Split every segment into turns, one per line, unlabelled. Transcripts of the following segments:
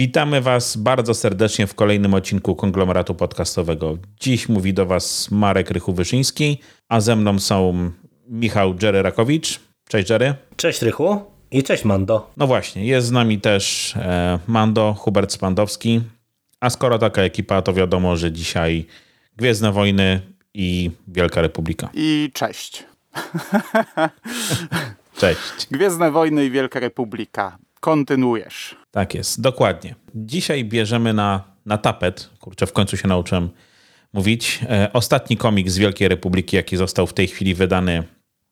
Witamy Was bardzo serdecznie w kolejnym odcinku Konglomeratu Podcastowego. Dziś mówi do Was Marek Rychu-Wyszyński, a ze mną są Michał Jerry Rakowicz. Cześć Jerry.
Cześć Rychu i cześć Mando.
No właśnie, jest z nami też Mando, Hubert Spandowski. A skoro taka ekipa, to wiadomo, że dzisiaj Gwiezdne Wojny i Wielka Republika.
I cześć.
Cześć.
Gwiezdne Wojny i Wielka Republika. Kontynuujesz.
Tak jest, dokładnie. Dzisiaj bierzemy na tapet, kurczę, w końcu się nauczyłem mówić, ostatni komiks z Wielkiej Republiki, jaki został w tej chwili wydany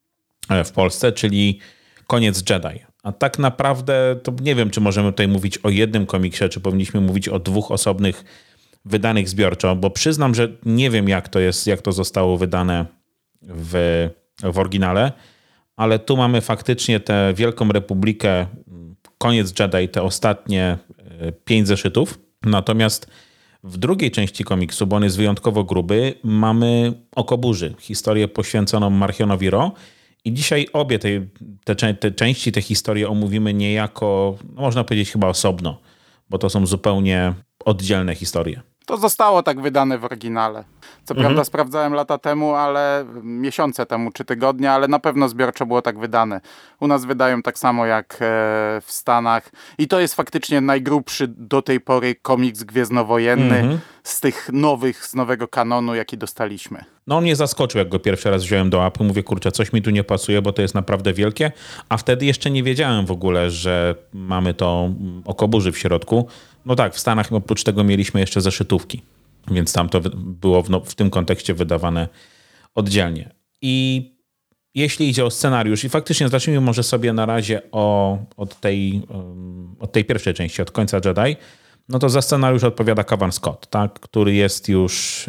w Polsce, czyli Koniec Jedi. A tak naprawdę to nie wiem, czy możemy tutaj mówić o jednym komiksie, czy powinniśmy mówić o dwóch osobnych wydanych zbiorczo, bo przyznam, że nie wiem jak to jest, jak to zostało wydane w oryginale, ale tu mamy faktycznie tę Wielką Republikę, Koniec Jedi, te ostatnie 5 zeszytów. Natomiast w drugiej części komiksu, bo on jest wyjątkowo gruby, mamy Oko Burzy, historię poświęconą Marchionowi Ro. I dzisiaj obie te części, te historie omówimy niejako, no można powiedzieć chyba osobno, bo to są zupełnie oddzielne historie.
To zostało tak wydane w oryginale. Co prawda sprawdzałem lata temu, ale miesiące temu czy tygodnie, ale na pewno zbiorczo było tak wydane. U nas wydają tak samo jak w Stanach. I to jest faktycznie najgrubszy do tej pory komiks gwiezdnowojenny z tych nowych, z nowego kanonu, jaki dostaliśmy.
No on mnie zaskoczył, jak go pierwszy raz wziąłem do łapy. Mówię, kurczę, coś mi tu nie pasuje, bo to jest naprawdę wielkie. A wtedy jeszcze nie wiedziałem w ogóle, że mamy to Oko Burzy w środku. No tak, w Stanach oprócz tego mieliśmy jeszcze zeszytówki. Więc tam to było w tym kontekście wydawane oddzielnie. I jeśli idzie o scenariusz, i faktycznie zacznijmy może sobie na razie od tej pierwszej części, od Końca Jedi, no to za scenariusz odpowiada Cavan Scott, tak, który jest już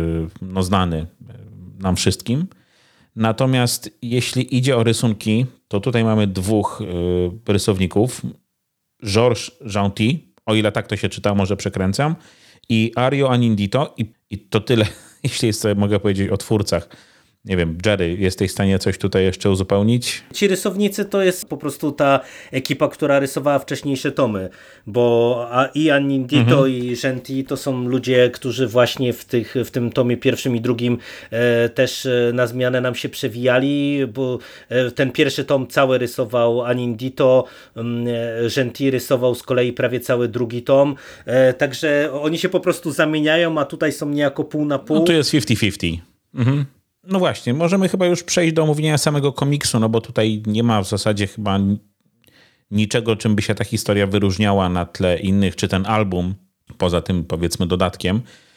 znany nam wszystkim. Natomiast jeśli idzie o rysunki, to tutaj mamy dwóch rysowników. Georges Jeanty, o ile tak to się czyta, może przekręcam, i Ario Anindito. I to tyle, jeśli sobie mogę powiedzieć o twórcach. Nie wiem, Jerry, jesteś w stanie coś tutaj jeszcze uzupełnić?
Ci rysownicy to jest po prostu ta ekipa, która rysowała wcześniejsze tomy, bo i Anindito i Genti to są ludzie, którzy właśnie w tym tomie pierwszym i drugim też na zmianę nam się przewijali, bo ten pierwszy tom cały rysował Anindito, Genti rysował z kolei prawie cały drugi tom, także oni się po prostu zamieniają, a tutaj są niejako pół na pół.
No tu jest 50-50. No właśnie, możemy chyba już przejść do omówienia samego komiksu, no bo tutaj nie ma w zasadzie chyba niczego, czym by się ta historia wyróżniała na tle innych, czy ten album, poza tym powiedzmy dodatkiem.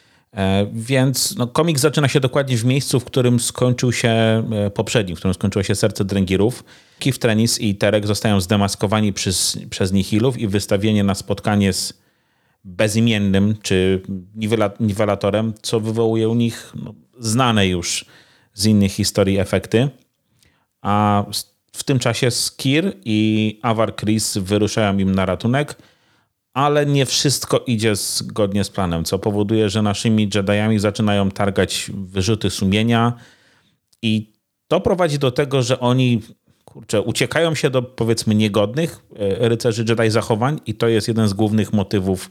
Więc no, komiks zaczyna się dokładnie w miejscu, w którym skończył się poprzedni, w którym skończyło się Serce Drengirów. Keith Trennis i Terek zostają zdemaskowani przez Nihilów i wystawieni na spotkanie z bezimiennym, czy niwelatorem, co wywołuje u nich znane już z innych historii efekty. A w tym czasie Skir i Avar Kriss wyruszają im na ratunek, ale nie wszystko idzie zgodnie z planem, co powoduje, że naszymi Jediami zaczynają targać wyrzuty sumienia i to prowadzi do tego, że oni uciekają się do powiedzmy niegodnych rycerzy Jedi zachowań i to jest jeden z głównych motywów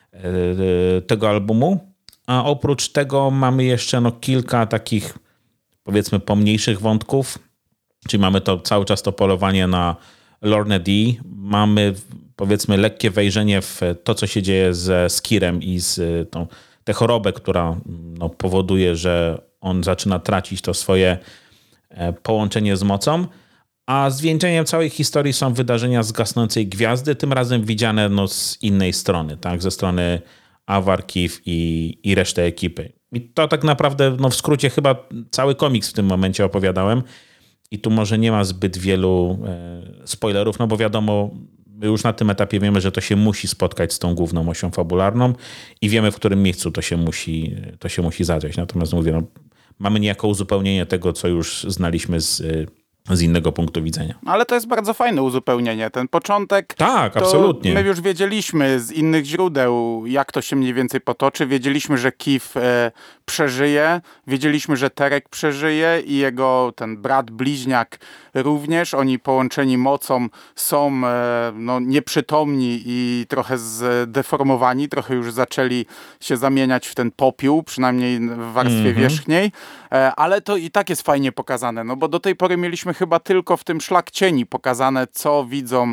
tego albumu. A oprócz tego mamy jeszcze kilka takich powiedzmy pomniejszych wątków, czyli mamy to cały czas to polowanie na Lorne D, mamy powiedzmy lekkie wejrzenie w to, co się dzieje ze Skirem i z tę chorobę, która powoduje, że on zaczyna tracić to swoje połączenie z mocą, a zwieńczeniem całej historii są wydarzenia z Gasnącej Gwiazdy, tym razem widziane z innej strony, tak, ze strony Avar, Keith i resztę ekipy. I to tak naprawdę w skrócie chyba cały komiks w tym momencie opowiadałem i tu może nie ma zbyt wielu spoilerów, no bo wiadomo, my już na tym etapie wiemy, że to się musi spotkać z tą główną osią fabularną i wiemy, w którym miejscu to się musi zadziać. Natomiast mówię, mamy niejako uzupełnienie tego, co już znaliśmy z z innego punktu widzenia.
Ale to jest bardzo fajne uzupełnienie. Ten początek,
tak,
to
absolutnie.
My już wiedzieliśmy z innych źródeł, jak to się mniej więcej potoczy. Wiedzieliśmy, że Keith przeżyje. Wiedzieliśmy, że Terek przeżyje i jego ten brat bliźniak również. Oni połączeni mocą są nieprzytomni i trochę zdeformowani. Trochę już zaczęli się zamieniać w ten popiół, przynajmniej w warstwie wierzchniej. Ale to i tak jest fajnie pokazane, no bo do tej pory mieliśmy chyba tylko w tym Szlak Cieni pokazane, co widzą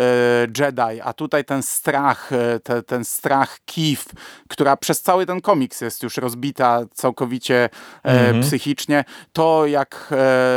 Jedi, a tutaj ten strach, ten strach Keith, która przez cały ten komiks jest już rozbita całkowicie psychicznie. To jak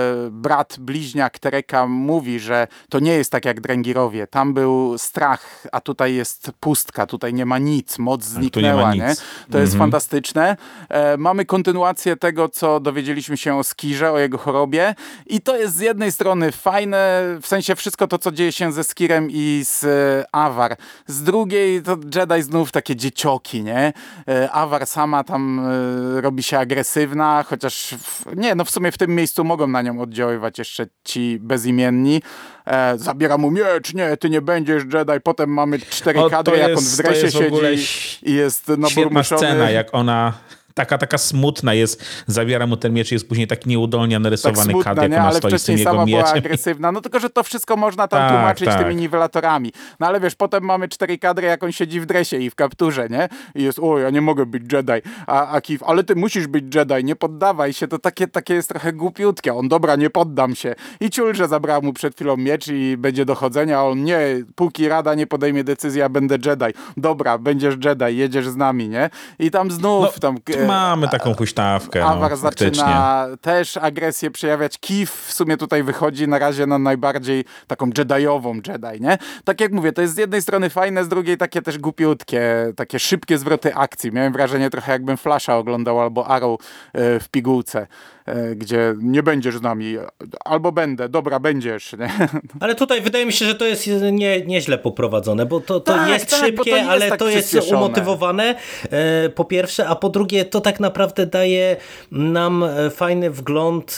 brat bliźniak Tereka mówi, że to nie jest tak jak Drengirowie. Tam był strach, a tutaj jest pustka, tutaj nie ma nic, moc zniknęła. Nie? To jest fantastyczne. Mamy kontynuację tego, co dowiedzieliśmy się o Skirze, o jego chorobie i to jest z jednej strony fajne, w sensie wszystko to, co dzieje się ze Skirem i z Avar. Z drugiej to Jedi znów takie dziecioki, nie? Avar sama tam robi się agresywna, chociaż w sumie w tym miejscu mogą na nią oddziaływać jeszcze ci bezimienni. Zabiera mu miecz, nie, ty nie będziesz Jedi. Potem mamy 4 kadry, jak on w dresie siedzi i jest naburmuszony.
Świetna scena, jak ona... Taka smutna jest, zabiera mu ten miecz i jest później tak nieudolnie narysowany
tak
kadr, jak ona
ale
stoi z tym
wcześniej
jego
sama
mieczem.
była agresywna, no tylko, że to wszystko można tam tłumaczyć tymi niwelatorami. No ale wiesz, potem mamy 4 kadry, jak on siedzi w dresie i w kapturze, nie? I jest, ja nie mogę być Jedi. A Keith, ale ty musisz być Jedi, nie poddawaj się, to takie jest trochę głupiutkie. On, dobra, nie poddam się. I ciul, że zabrała mu przed chwilą miecz i będzie dochodzenia, a on, nie, póki Rada nie podejmie decyzji, ja będę Jedi. Dobra, będziesz Jedi, jedziesz z nami, nie? I tam znów...
mamy taką huśtawkę.
Avar zaczyna też agresję przejawiać. Keith w sumie tutaj wychodzi na razie na najbardziej taką Jediową Jedi, nie? Tak jak mówię, to jest z jednej strony fajne, z drugiej takie też głupiutkie, takie szybkie zwroty akcji. Miałem wrażenie trochę jakbym Flasha oglądał albo Arrow w pigułce, gdzie nie będziesz z nami, albo będę, dobra, będziesz, nie?
Ale tutaj wydaje mi się, że to jest nieźle poprowadzone, bo to jest szybkie,
to jest
ale
tak
to jest umotywowane, po pierwsze, a po drugie to tak naprawdę daje nam fajny wgląd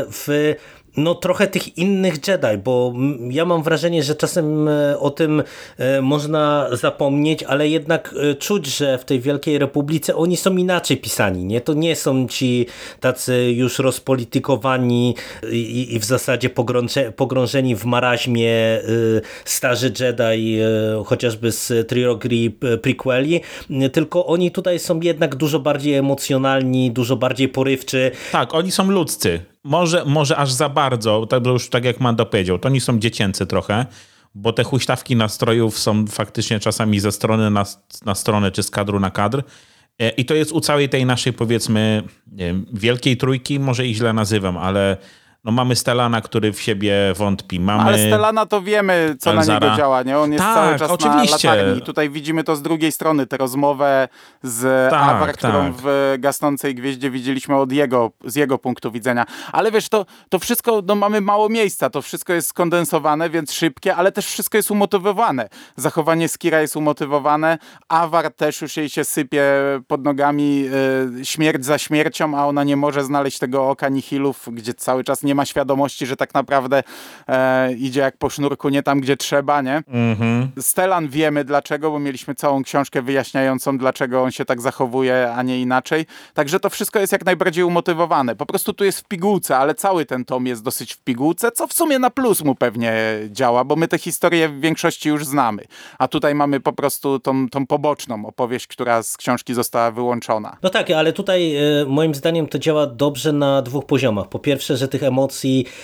w trochę tych innych Jedi, bo ja mam wrażenie, że czasem o tym można zapomnieć, ale jednak czuć, że w tej Wielkiej Republice oni są inaczej pisani, nie? To nie są ci tacy już rozpolitykowani i w zasadzie pogrążeni w maraźmie starzy Jedi, chociażby z trylogii prequeli, tylko oni tutaj są jednak dużo bardziej emocjonalni, dużo bardziej porywczy.
Tak, oni są ludzcy. Może aż za bardzo, to już tak jak Mando powiedział, to oni są dziecięcy trochę, bo te huśtawki nastrojów są faktycznie czasami ze strony na stronę, czy z kadru na kadr. I to jest u całej tej naszej, powiedzmy, wielkiej trójki, może i źle nazywam, ale mamy Stellana, który w siebie wątpi.
Ale Stellana to wiemy, co
Elzara.
na niego działa, nie? On jest cały czas
oczywiście.
na latarni. Tutaj widzimy to z drugiej strony, tę rozmowę z Avar, którą w Gasnącej Gwieździe widzieliśmy z jego punktu widzenia. Ale wiesz, to wszystko, mamy mało miejsca, to wszystko jest skondensowane, więc szybkie, ale też wszystko jest umotywowane. Zachowanie Skira jest umotywowane, Avar też już jej się sypie pod nogami, śmierć za śmiercią, a ona nie może znaleźć tego oka Nihilów, gdzie cały czas nie ma świadomości, że tak naprawdę idzie jak po sznurku, nie tam, gdzie trzeba, nie? Stellan wiemy dlaczego, bo mieliśmy całą książkę wyjaśniającą, dlaczego on się tak zachowuje, a nie inaczej. Także to wszystko jest jak najbardziej umotywowane. Po prostu tu jest w pigułce, ale cały ten tom jest dosyć w pigułce, co w sumie na plus mu pewnie działa, bo my te historie w większości już znamy. A tutaj mamy po prostu tą poboczną opowieść, która z książki została wyłączona.
No tak, ale tutaj moim zdaniem to działa dobrze na 2 poziomach. Po pierwsze, że tych emocji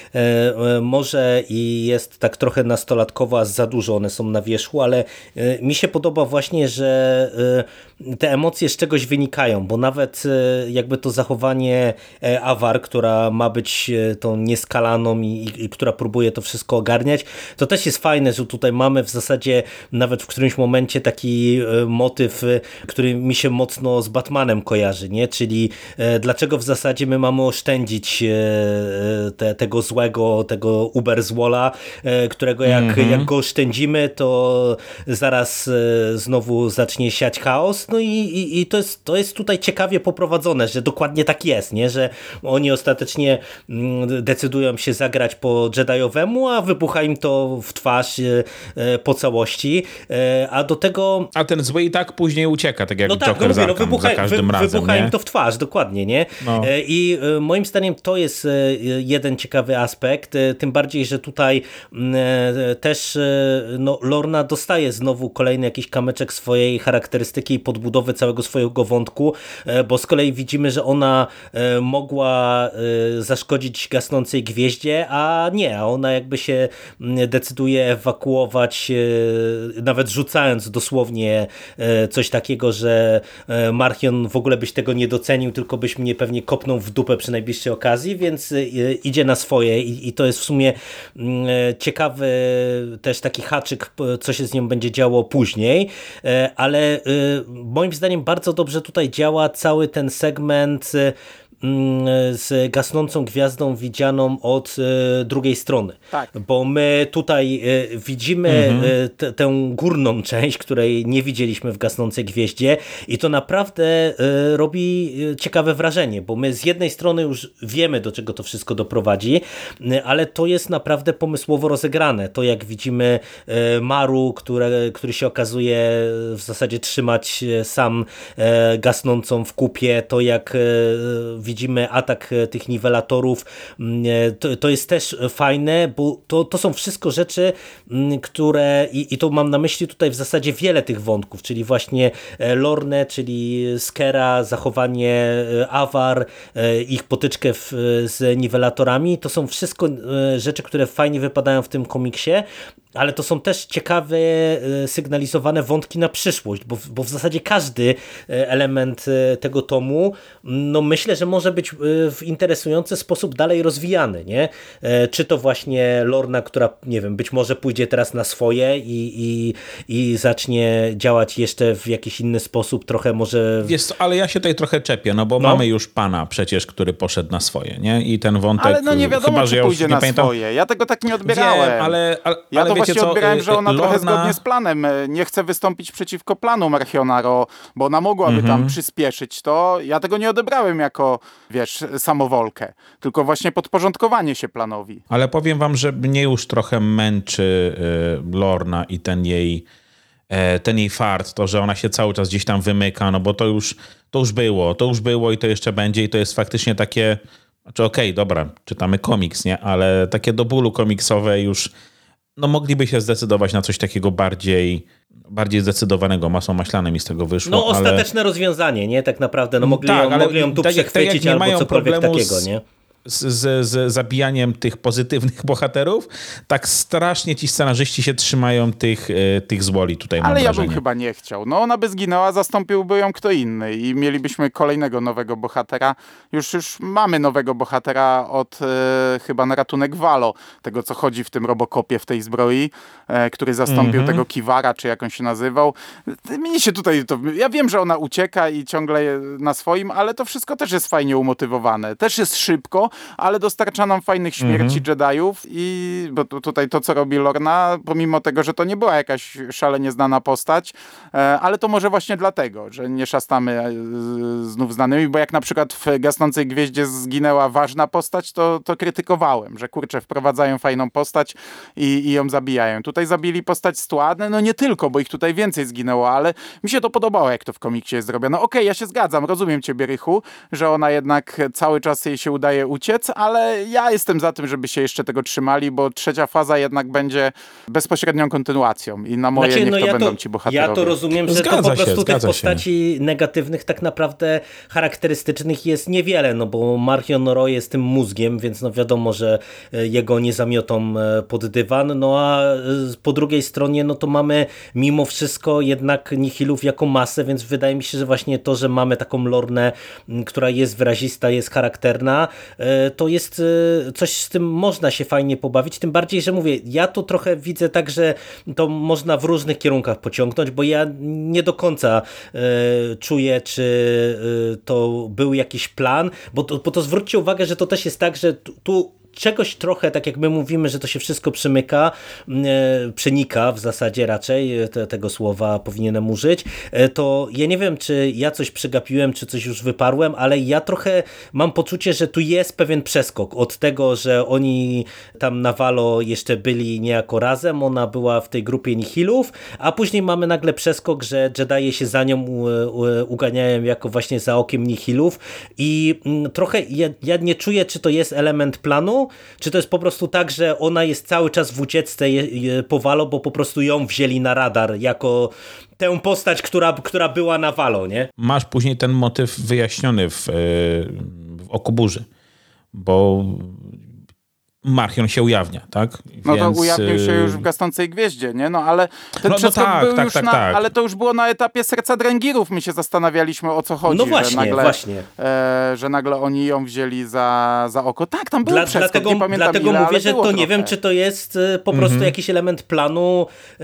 może i jest tak trochę nastolatkowo, a za dużo one są na wierzchu, ale mi się podoba właśnie, że te emocje z czegoś wynikają, bo nawet jakby to zachowanie Avar, która ma być tą nieskalaną i która próbuje to wszystko ogarniać, to też jest fajne, że tutaj mamy w zasadzie nawet w którymś momencie taki motyw, który mi się mocno z Batmanem kojarzy, nie? Czyli dlaczego w zasadzie my mamy oszczędzić tego złego, tego Uberzwola, którego jak go oszczędzimy, to zaraz znowu zacznie siać chaos. No i to jest tutaj ciekawie poprowadzone, że dokładnie tak jest, nie? Że oni ostatecznie decydują się zagrać po Jediowemu, a wybucha im to w twarz po całości. A do tego...
A ten zły i tak później ucieka, tak jak
no tak,
Joker za każdym razem.
Wybucha
nie?
im to w twarz, dokładnie, nie?
No.
I moim zdaniem to jest jeden ciekawy aspekt, tym bardziej, że tutaj też Lorna dostaje znowu kolejny jakiś kamyczek swojej charakterystyki i podbudowy całego swojego wątku, bo z kolei widzimy, że ona mogła zaszkodzić gasnącej gwieździe, a nie, a ona jakby się decyduje ewakuować, nawet rzucając dosłownie coś takiego, że Marchion w ogóle byś tego nie docenił, tylko byś mnie pewnie kopnął w dupę przy najbliższej okazji, więc idzie na swoje i to jest w sumie ciekawy też taki haczyk, co się z nią będzie działo później, ale moim zdaniem bardzo dobrze tutaj działa cały ten segment z gasnącą gwiazdą widzianą od drugiej strony.
Tak.
Bo my tutaj widzimy tę górną część, której nie widzieliśmy w gasnącej gwieździe i to naprawdę robi ciekawe wrażenie, bo my z jednej strony już wiemy, do czego to wszystko doprowadzi, ale to jest naprawdę pomysłowo rozegrane. To jak widzimy Maru, który się okazuje w zasadzie trzymać sam gasnącą w kupie, to jak widzimy atak tych niwelatorów, to jest też fajne, bo to są wszystko rzeczy, które i to mam na myśli tutaj w zasadzie wiele tych wątków, czyli właśnie Lorne, czyli Skera, zachowanie Avar, ich potyczkę z niwelatorami, to są wszystko rzeczy, które fajnie wypadają w tym komiksie, ale to są też ciekawe sygnalizowane wątki na przyszłość, bo w zasadzie każdy element tego tomu, no myślę, że może być w interesujący sposób dalej rozwijany, nie? Czy to właśnie Lorna, która, nie wiem, być może pójdzie teraz na swoje i zacznie działać jeszcze w jakiś inny sposób, trochę może...
Jest, ale ja się tutaj trochę czepię, no bo mamy już pana przecież, który poszedł na swoje, nie? I ten wątek...
Ale no nie wiadomo,
chyba,
czy
że
pójdzie na
pamiętam...
swoje. Ja tego tak nie odbierałem.
Wiem, ale
ja to
wiecie
właśnie
co,
odbierałem, że ona trochę
Lorna...
zgodnie z planem nie chce wystąpić przeciwko planu Marchionaro, bo ona mogłaby tam przyspieszyć to. Ja tego nie odebrałem jako, wiesz, samowolkę, tylko właśnie podporządkowanie się planowi.
Ale powiem wam, że mnie już trochę męczy Lorna i ten jej fart, to, że ona się cały czas gdzieś tam wymyka, no bo to już było i to jeszcze będzie i to jest faktycznie takie, znaczy okej, dobra, czytamy komiks, nie, ale takie do bólu komiksowe już, no mogliby się zdecydować na coś takiego bardziej zdecydowanego, masą maślanym i z tego wyszło.
No ostateczne rozwiązanie, nie? Tak naprawdę, no mogli ją tu przechwycić
tak
albo cokolwiek takiego, nie?
Z zabijaniem tych pozytywnych bohaterów, tak strasznie ci scenarzyści się trzymają tych złoli tutaj, mam
Ale
wrażenie.
Ja bym chyba nie chciał. No ona by zginęła, zastąpiłby ją kto inny i mielibyśmy kolejnego nowego bohatera. Już mamy nowego bohatera od chyba na ratunek Valo, tego co chodzi w tym Robocopie, w tej zbroi, który zastąpił tego Kiwara, czy jak on się nazywał. Mnie się tutaj ja wiem, że ona ucieka i ciągle na swoim, ale to wszystko też jest fajnie umotywowane. Też jest szybko, ale dostarcza nam fajnych śmierci Jediów i bo tutaj to, co robi Lorna, pomimo tego, że to nie była jakaś szalenie znana postać, ale to może właśnie dlatego, że nie szastamy znów znanymi, bo jak na przykład w Gasnącej Gwieździe zginęła ważna postać, to krytykowałem, że kurczę, wprowadzają fajną postać i ją zabijają. Tutaj zabili postać Stuane, no nie tylko, bo ich tutaj więcej zginęło, ale mi się to podobało, jak to w komiksie jest zrobione. No okej, ja się zgadzam, rozumiem ciebie, Rychu, że ona jednak cały czas jej się udaje uciec, ale ja jestem za tym, żeby się jeszcze tego trzymali, bo trzecia faza jednak będzie bezpośrednią kontynuacją i na moje będą ci bohaterowie.
Ja to rozumiem, że to po prostu tych postaci negatywnych tak naprawdę charakterystycznych jest niewiele, no bo Marchion Roy jest tym mózgiem, więc no wiadomo, że jego nie zamiotą pod dywan, no a po drugiej stronie no to mamy mimo wszystko jednak Nihilów jako masę, więc wydaje mi się, że właśnie to, że mamy taką Lornę, która jest wyrazista, jest charakterna, to jest coś, z tym można się fajnie pobawić, tym bardziej, że mówię, ja to trochę widzę tak, że to można w różnych kierunkach pociągnąć, bo ja nie do końca czuję, czy to był jakiś plan, bo to zwróćcie uwagę, że to też jest tak, że tu czegoś trochę, tak jak my mówimy, że to się wszystko przenika w zasadzie raczej, tego słowa powinienem użyć, to ja nie wiem, czy ja coś przegapiłem, czy coś już wyparłem, ale ja trochę mam poczucie, że tu jest pewien przeskok od tego, że oni tam na Valo jeszcze byli niejako razem, ona była w tej grupie nihilów, a później mamy nagle przeskok, że Jedi się za nią uganiają jako właśnie za okiem nihilów i trochę ja nie czuję, czy to jest element planu, czy to jest po prostu tak, że ona jest cały czas w ucieczce po Valo, bo po prostu ją wzięli na radar jako tę postać, która była na Valo, nie?
Masz później ten motyw wyjaśniony w Oku Burzy, bo Marchion się ujawnia, tak?
No to ujawnił się już w Gasnącej Gwieździe, nie? No ale ten przeskok był już ale to już było na etapie Serca Drengirów. My się zastanawialiśmy, o co chodzi.
No właśnie,
że nagle oni ją wzięli za oko. Tak, tam był przeskok, nie pamiętam
dlatego
ile,
mówię, że to
trochę.
nie wiem, czy to jest po prostu jakiś element planu,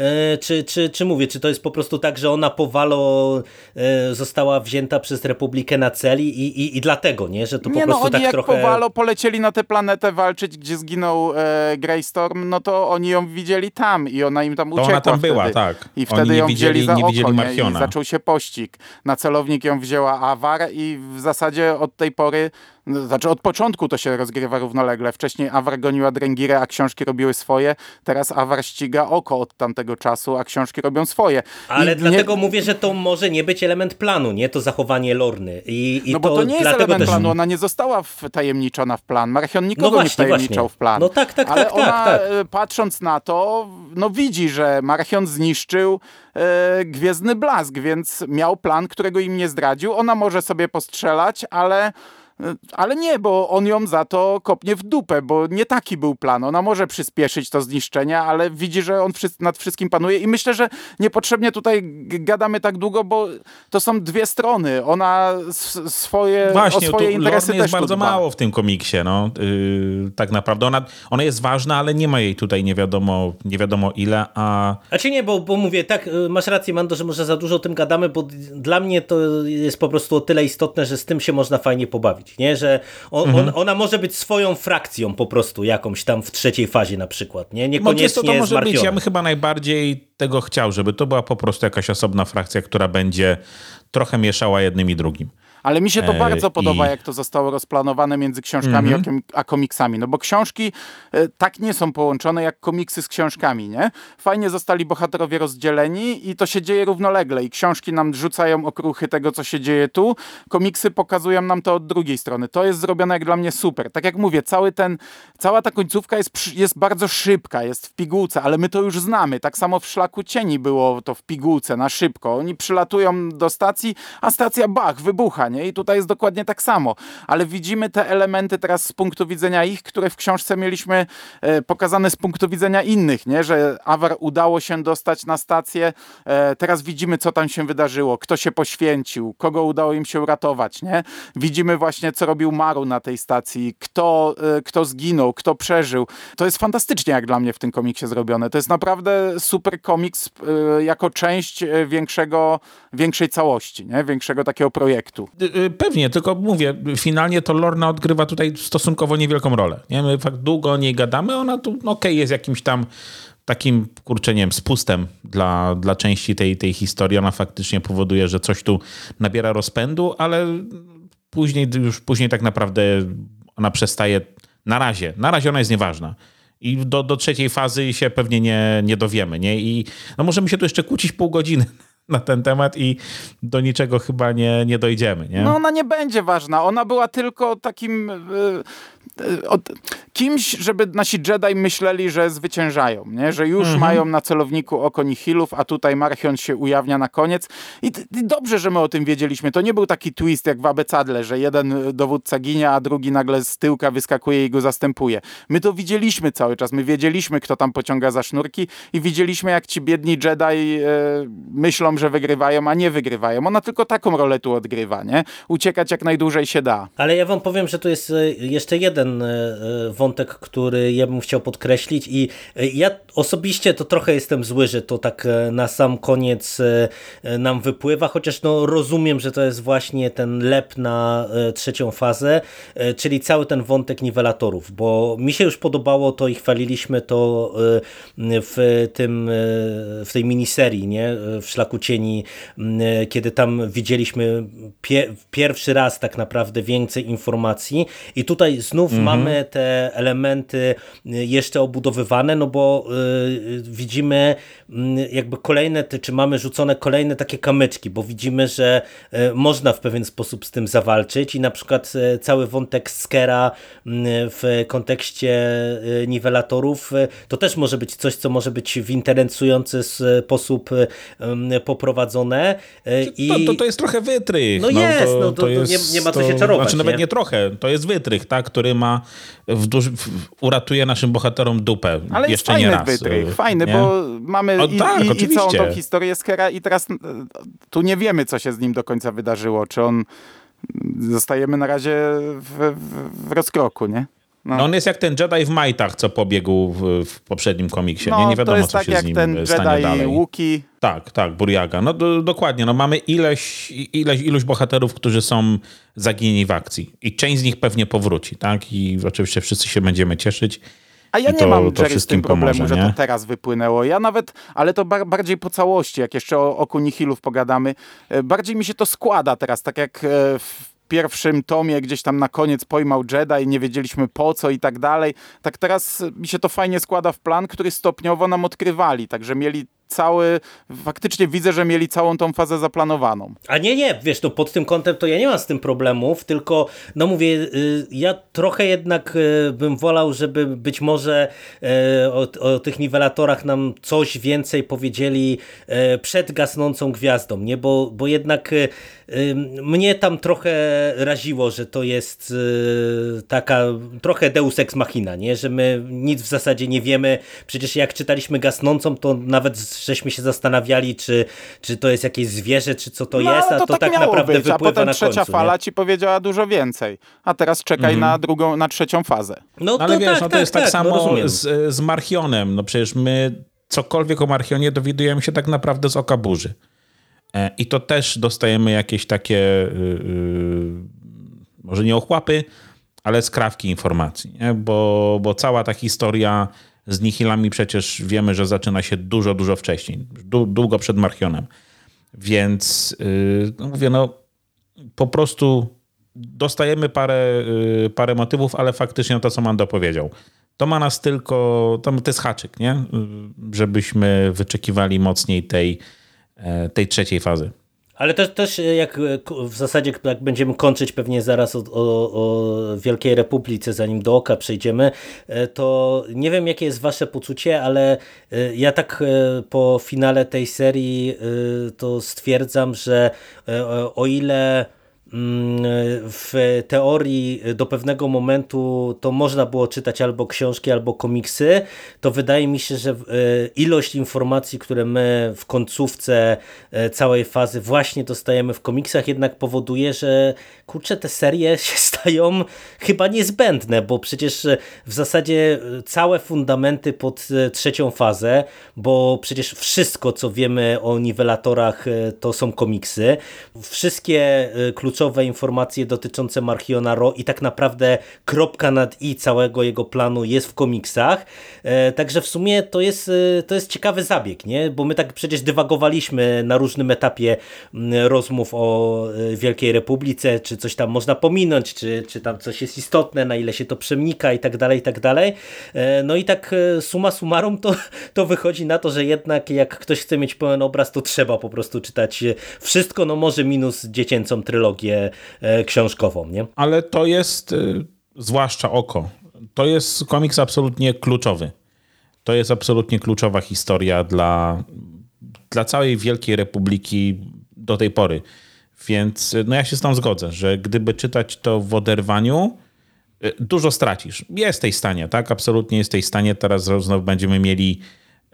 czy mówię, czy to jest po prostu tak, że ona po Valo została wzięta przez Republikę na cel i dlatego, nie? Że to po prostu
oni
tak
jak
trochę...
po Valo polecieli na tę planetę walczyć, gdzie zginął Greystorm, no to oni ją widzieli tam i ona im tam uciekła.
Ona tam
wtedy.
była, tak.
I wtedy ją wzięli za oko,
Marchiona.
I zaczął się pościg. Na celownik ją wzięła Avar i w zasadzie od tej pory, znaczy od początku to się rozgrywa równolegle. Wcześniej Avar goniła Drengirę, a książki robiły swoje. Teraz Avar ściga oko od tamtego czasu, a książki robią swoje.
Ale dlatego mówię, że to może nie być element planu, nie? To zachowanie Lorny.
No bo to nie jest element planu, ona nie została wtajemniczona w plan. Marchion nikogo nie wtajemniczał w plan.
No tak.
Ale ona, patrząc na to, no widzi, że Marchion zniszczył Gwiezdny Blask, więc miał plan, którego im nie zdradził. Ona może sobie postrzelać, ale nie, bo on ją za to kopnie w dupę, bo nie taki był plan. Ona może przyspieszyć to zniszczenie, ale widzi, że on nad wszystkim panuje i myślę, że niepotrzebnie tutaj gadamy tak długo, bo to są dwie strony. Ona o swoje interesy też
jest bardzo mało w tym komiksie. No. Tak naprawdę ona jest ważna, ale nie ma jej tutaj nie wiadomo ile. A
czy nie, bo mówię, tak, masz rację, Mando, że może za dużo o tym gadamy, bo dla mnie to jest po prostu o tyle istotne, że z tym się można fajnie pobawić. Nie, że ona może być swoją frakcją po prostu jakąś tam w trzeciej fazie na przykład, nie? Niekoniecznie
to może być. Ja bym
być.
chyba najbardziej tego chciał, żeby to była po prostu jakaś osobna frakcja, która będzie trochę mieszała jednym i drugim.
Ale mi się to bardzo podoba, jak to zostało rozplanowane między książkami a komiksami. No bo książki tak nie są połączone jak komiksy z książkami, nie? Fajnie zostali bohaterowie rozdzieleni i to się dzieje równolegle. I książki nam rzucają okruchy tego, co się dzieje tu. Komiksy pokazują nam to od drugiej strony. To jest zrobione jak dla mnie super. Tak jak mówię, cała ta końcówka jest bardzo szybka, jest w pigułce, ale my to już znamy. Tak samo w Szlaku Cieni było to w pigułce, na szybko. Oni przylatują do stacji, a stacja wybucha, nie? I tutaj jest dokładnie tak samo. Ale widzimy te elementy teraz z punktu widzenia ich, które w książce mieliśmy pokazane z punktu widzenia innych, nie? Że Avar udało się dostać na stację. Teraz widzimy, co tam się wydarzyło, kto się poświęcił, kogo udało im się uratować, nie? Widzimy właśnie, co robił Maru na tej stacji, kto zginął, kto przeżył. To jest fantastycznie jak dla mnie w tym komiksie zrobione. To jest naprawdę super komiks jako część większej całości, nie? Większego takiego projektu.
Pewnie, tylko mówię, finalnie to Lorna odgrywa tutaj stosunkowo niewielką rolę. Nie? My fakt długo o niej gadamy, ona tu jest jakimś tam takim, nie wiem, spustem dla części tej historii. Ona faktycznie powoduje, że coś tu nabiera rozpędu, ale później tak naprawdę ona przestaje, na razie ona jest nieważna. I do trzeciej fazy się pewnie nie dowiemy. Nie? I możemy się tu jeszcze kłócić pół godziny na ten temat i do niczego chyba nie dojdziemy. Nie?
No ona nie będzie ważna. Ona była tylko takim kimś, żeby nasi Jedi myśleli, że zwyciężają, nie? Że już mają na celowniku oko nihilów, a tutaj Marchion się ujawnia na koniec. I dobrze, że my o tym wiedzieliśmy. To nie był taki twist jak w Abecadle, że jeden dowódca ginie, a drugi nagle z tyłka wyskakuje i go zastępuje. My to widzieliśmy cały czas. My wiedzieliśmy, kto tam pociąga za sznurki i widzieliśmy, jak ci biedni Jedi myślą, myślą, że wygrywają, a nie wygrywają. Ona tylko taką rolę tu odgrywa, nie? Uciekać jak najdłużej się da.
Ale ja wam powiem, że tu jest jeszcze jeden wątek, który ja bym chciał podkreślić i ja osobiście to trochę jestem zły, że to tak na sam koniec nam wypływa, chociaż no rozumiem, że to jest właśnie ten lep na trzecią fazę, czyli cały ten wątek niwelatorów, bo mi się już podobało to i chwaliliśmy to w tej miniserii, nie? W Szlaku Cieni, kiedy tam widzieliśmy pierwszy raz tak naprawdę więcej informacji i tutaj znów mamy te elementy jeszcze obudowywane, no bo widzimy jakby kolejne, czy mamy rzucone kolejne takie kamyczki, bo widzimy, że można w pewien sposób z tym zawalczyć i na przykład cały wątek Skera w kontekście niwelatorów to też może być coś, co może być w interesujący sposób poprowadzone.
To jest trochę wytrych.
No jest, to jest, nie ma co się czarować.
Znaczy nawet nie trochę, to jest wytrych, tak, który ma uratuje naszym bohaterom dupę.
Ale
jeszcze
jest
nie
fajny
raz.
wytrych, fajny, bo mamy i całą tą historię Skera i teraz tu nie wiemy, co się z nim do końca wydarzyło. Czy on zostajemy na razie w rozkroku, nie?
No on jest jak ten Jedi w majtach, co pobiegł w poprzednim komiksie. Nie wiadomo,
to jest
co
tak
się
jak
z nim
ten
stanie
Jedi
dalej.
Wookie.
Tak, Burjaga. No dokładnie, mamy ilość bohaterów, którzy są zaginieni w akcji. I część z nich pewnie powróci, tak? I oczywiście wszyscy się będziemy cieszyć.
A ja nie mam
to
z tym problemu,
pomoże,
że
nie?
to teraz wypłynęło. Ja nawet, ale to bardziej po całości, jak jeszcze o Oku Nihilów pogadamy, bardziej mi się to składa teraz, tak jak w pierwszym tomie gdzieś tam na koniec pojmał Jedi, nie wiedzieliśmy po co i tak dalej. Tak teraz mi się to fajnie składa w plan, który stopniowo nam odkrywali, także mieli faktycznie widzę, że mieli całą tą fazę zaplanowaną.
A nie, wiesz, no pod tym kątem to ja nie mam z tym problemów, tylko no mówię, ja trochę jednak bym wolał, żeby być może o tych niwelatorach nam coś więcej powiedzieli przed gasnącą gwiazdą, nie? Bo jednak mnie tam trochę raziło, że to jest taka trochę deus ex machina, nie? Że my nic w zasadzie nie wiemy, przecież jak czytaliśmy Gasnącą, to nawet żeśmy się zastanawiali, czy to jest jakieś zwierzę, czy co to jest, a to tak naprawdę
być,
wypływa
a potem
na
trzecia
końcu,
fala
nie?
ci powiedziała dużo więcej, a teraz czekaj na trzecią fazę.
No ale wiesz, to jest tak samo z Marchionem, no przecież my cokolwiek o Marchionie dowiadujemy się tak naprawdę z Oka Burzy. I to też dostajemy jakieś takie może nie ochłapy, ale skrawki informacji, nie? Bo cała ta historia z Nihilami przecież wiemy, że zaczyna się dużo wcześniej, długo przed Marchionem. Więc mówię, po prostu dostajemy parę motywów, ale faktycznie to, co Mando powiedział. To ma nas tylko, to jest haczyk, nie? Żebyśmy wyczekiwali mocniej tej trzeciej fazy.
Ale też jak w zasadzie jak będziemy kończyć pewnie zaraz o Wielkiej Republice, zanim do Oka przejdziemy, to nie wiem, jakie jest wasze poczucie, ale ja tak po finale tej serii to stwierdzam, że o ile w teorii do pewnego momentu to można było czytać albo książki, albo komiksy, to wydaje mi się, że ilość informacji, które my w końcówce całej fazy właśnie dostajemy w komiksach, jednak powoduje, że kurczę, te serie się stają chyba niezbędne, bo przecież w zasadzie całe fundamenty pod trzecią fazę, bo przecież wszystko, co wiemy o niwelatorach, to są komiksy. Wszystkie kluczowe informacje dotyczące Marchiona Ro i tak naprawdę kropka nad i całego jego planu jest w komiksach. Także w sumie to jest ciekawy zabieg, nie? Bo my tak przecież dywagowaliśmy na różnym etapie rozmów o Wielkiej Republice, czy coś tam można pominąć, czy tam coś jest istotne, na ile się to przemnika i tak dalej, i tak dalej. No i tak summa summarum to wychodzi na to, że jednak jak ktoś chce mieć pełen obraz, to trzeba po prostu czytać wszystko, no może minus dziecięcą trylogię książkową, nie?
Ale to jest, zwłaszcza Oko, to jest komiks absolutnie kluczowy. To jest absolutnie kluczowa historia dla całej Wielkiej Republiki do tej pory. Więc ja się z tą zgodzę, że gdyby czytać to w oderwaniu, dużo stracisz. Jesteś w stanie, tak? Absolutnie jesteś w stanie. Teraz znowu będziemy mieli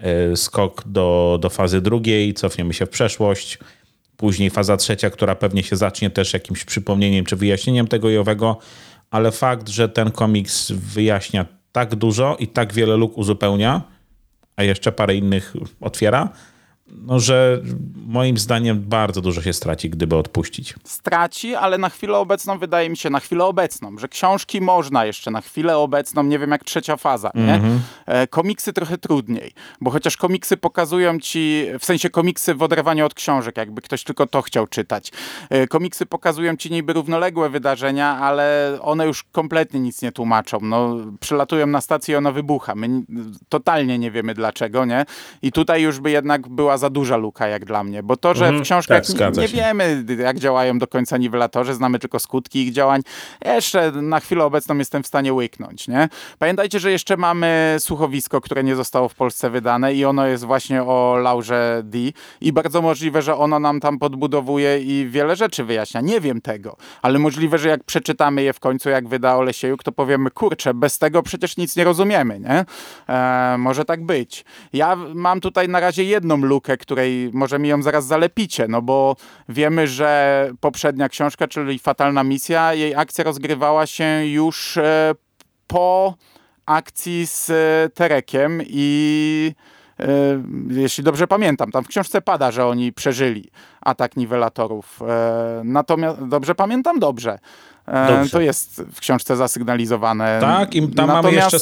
skok do fazy drugiej, cofniemy się w przeszłość, później faza trzecia, która pewnie się zacznie też jakimś przypomnieniem czy wyjaśnieniem tego i owego, ale fakt, że ten komiks wyjaśnia tak dużo i tak wiele luk uzupełnia, a jeszcze parę innych otwiera, no, że moim zdaniem bardzo dużo się straci, gdyby odpuścić.
Straci, ale na chwilę obecną, wydaje mi się, że książki można jeszcze na chwilę obecną, nie wiem jak trzecia faza, nie? Komiksy trochę trudniej, bo chociaż komiksy pokazują ci, w sensie komiksy w oderwaniu od książek, jakby ktoś tylko to chciał czytać. Komiksy pokazują ci niby równoległe wydarzenia, ale one już kompletnie nic nie tłumaczą. No, przylatują na stację i ona wybucha. My totalnie nie wiemy dlaczego, nie? I tutaj już by jednak była za duża luka jak dla mnie, bo to, że w książkach nie wiemy jak działają do końca niwelatorzy, znamy tylko skutki ich działań, jeszcze na chwilę obecną jestem w stanie łyknąć, nie? Pamiętajcie, że jeszcze mamy słuchowisko, które nie zostało w Polsce wydane i ono jest właśnie o Laurze D. I bardzo możliwe, że ono nam tam podbudowuje i wiele rzeczy wyjaśnia. Nie wiem tego, ale możliwe, że jak przeczytamy je w końcu, jak wyda Olesiejuk, to powiemy, kurczę, bez tego przecież nic nie rozumiemy, nie? Może tak być. Ja mam tutaj na razie jedną lukę, której może mi ją zaraz zalepicie, no bo wiemy, że poprzednia książka, czyli Fatalna Misja, jej akcja rozgrywała się już po akcji z Terekiem i jeśli dobrze pamiętam, tam w książce pada, że oni przeżyli atak niwelatorów. Natomiast dobrze pamiętam? Dobrze. To jest w książce zasygnalizowane.
Tak, i tam mamy jeszcze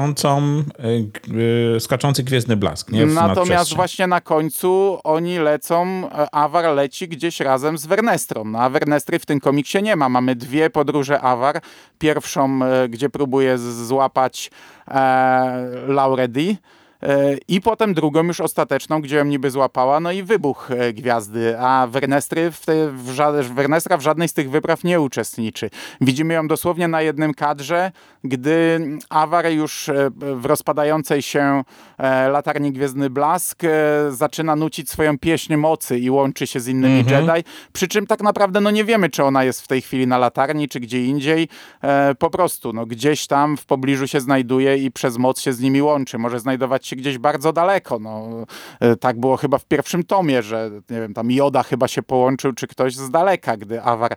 skaczący Gwiezdny Blask. Nie?
Natomiast właśnie na końcu oni lecą, Avar leci gdzieś razem z Vernestrą. No, a Vernestry w tym komiksie nie ma. Mamy dwie podróże Avar. Pierwszą, gdzie próbuje złapać Laurę D. I potem drugą już ostateczną, gdzie ją niby złapała, no i wybuch gwiazdy, a Vernestra w żadnej z tych wypraw nie uczestniczy. Widzimy ją dosłownie na jednym kadrze, gdy Avar już w rozpadającej się latarni Gwiezdny Blask zaczyna nucić swoją pieśń mocy i łączy się z innymi Jedi, przy czym tak naprawdę no nie wiemy, czy ona jest w tej chwili na latarni, czy gdzie indziej. Po prostu no, gdzieś tam w pobliżu się znajduje i przez moc się z nimi łączy. Może znajdować się gdzieś bardzo daleko. No, tak było chyba w pierwszym tomie, że nie wiem, tam Yoda chyba się połączył, czy ktoś z daleka, gdy Avar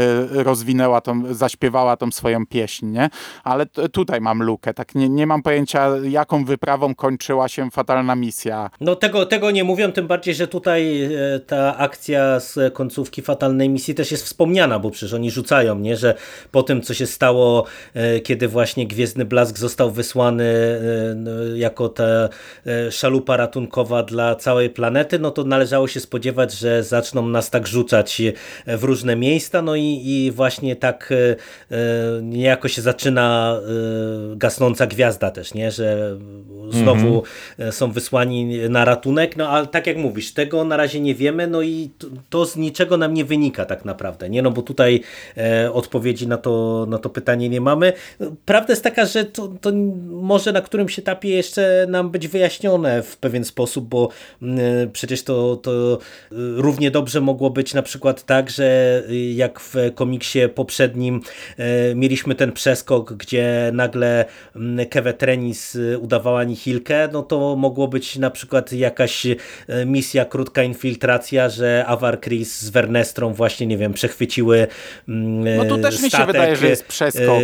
zaśpiewała tą swoją pieśń, nie? Ale tutaj mam lukę. Tak nie mam pojęcia, jaką wyprawą kończyła się Fatalna Misja.
No tego nie mówią, tym bardziej, że tutaj ta akcja z końcówki Fatalnej Misji też jest wspomniana, bo przecież oni rzucają, nie? Że po tym, co się stało, kiedy właśnie Gwiezdny Blask został wysłany jako ta szalupa ratunkowa dla całej planety, no to należało się spodziewać, że zaczną nas tak rzucać w różne miejsca, no i właśnie tak niejako się zaczyna gasnąca gwiazda też, nie? Że znowu są wysłani na ratunek, no ale tak jak mówisz, tego na razie nie wiemy, no i to z niczego nam nie wynika tak naprawdę, nie? No bo tutaj odpowiedzi na to pytanie nie mamy. Prawda jest taka, że to może na którymś etapie jeszcze nam być wyjaśnione w pewien sposób, bo przecież to równie dobrze mogło być na przykład tak, że jak w komiksie poprzednim mieliśmy ten przeskok, gdzie nagle Kevet Reynis udawała nihilkę, no to mogło być na przykład jakaś misja, krótka infiltracja, że Avar Kriss z Vernestrą właśnie, nie wiem, przechwyciły
no tu też
statek,
mi się wydaje, że jest przeskok.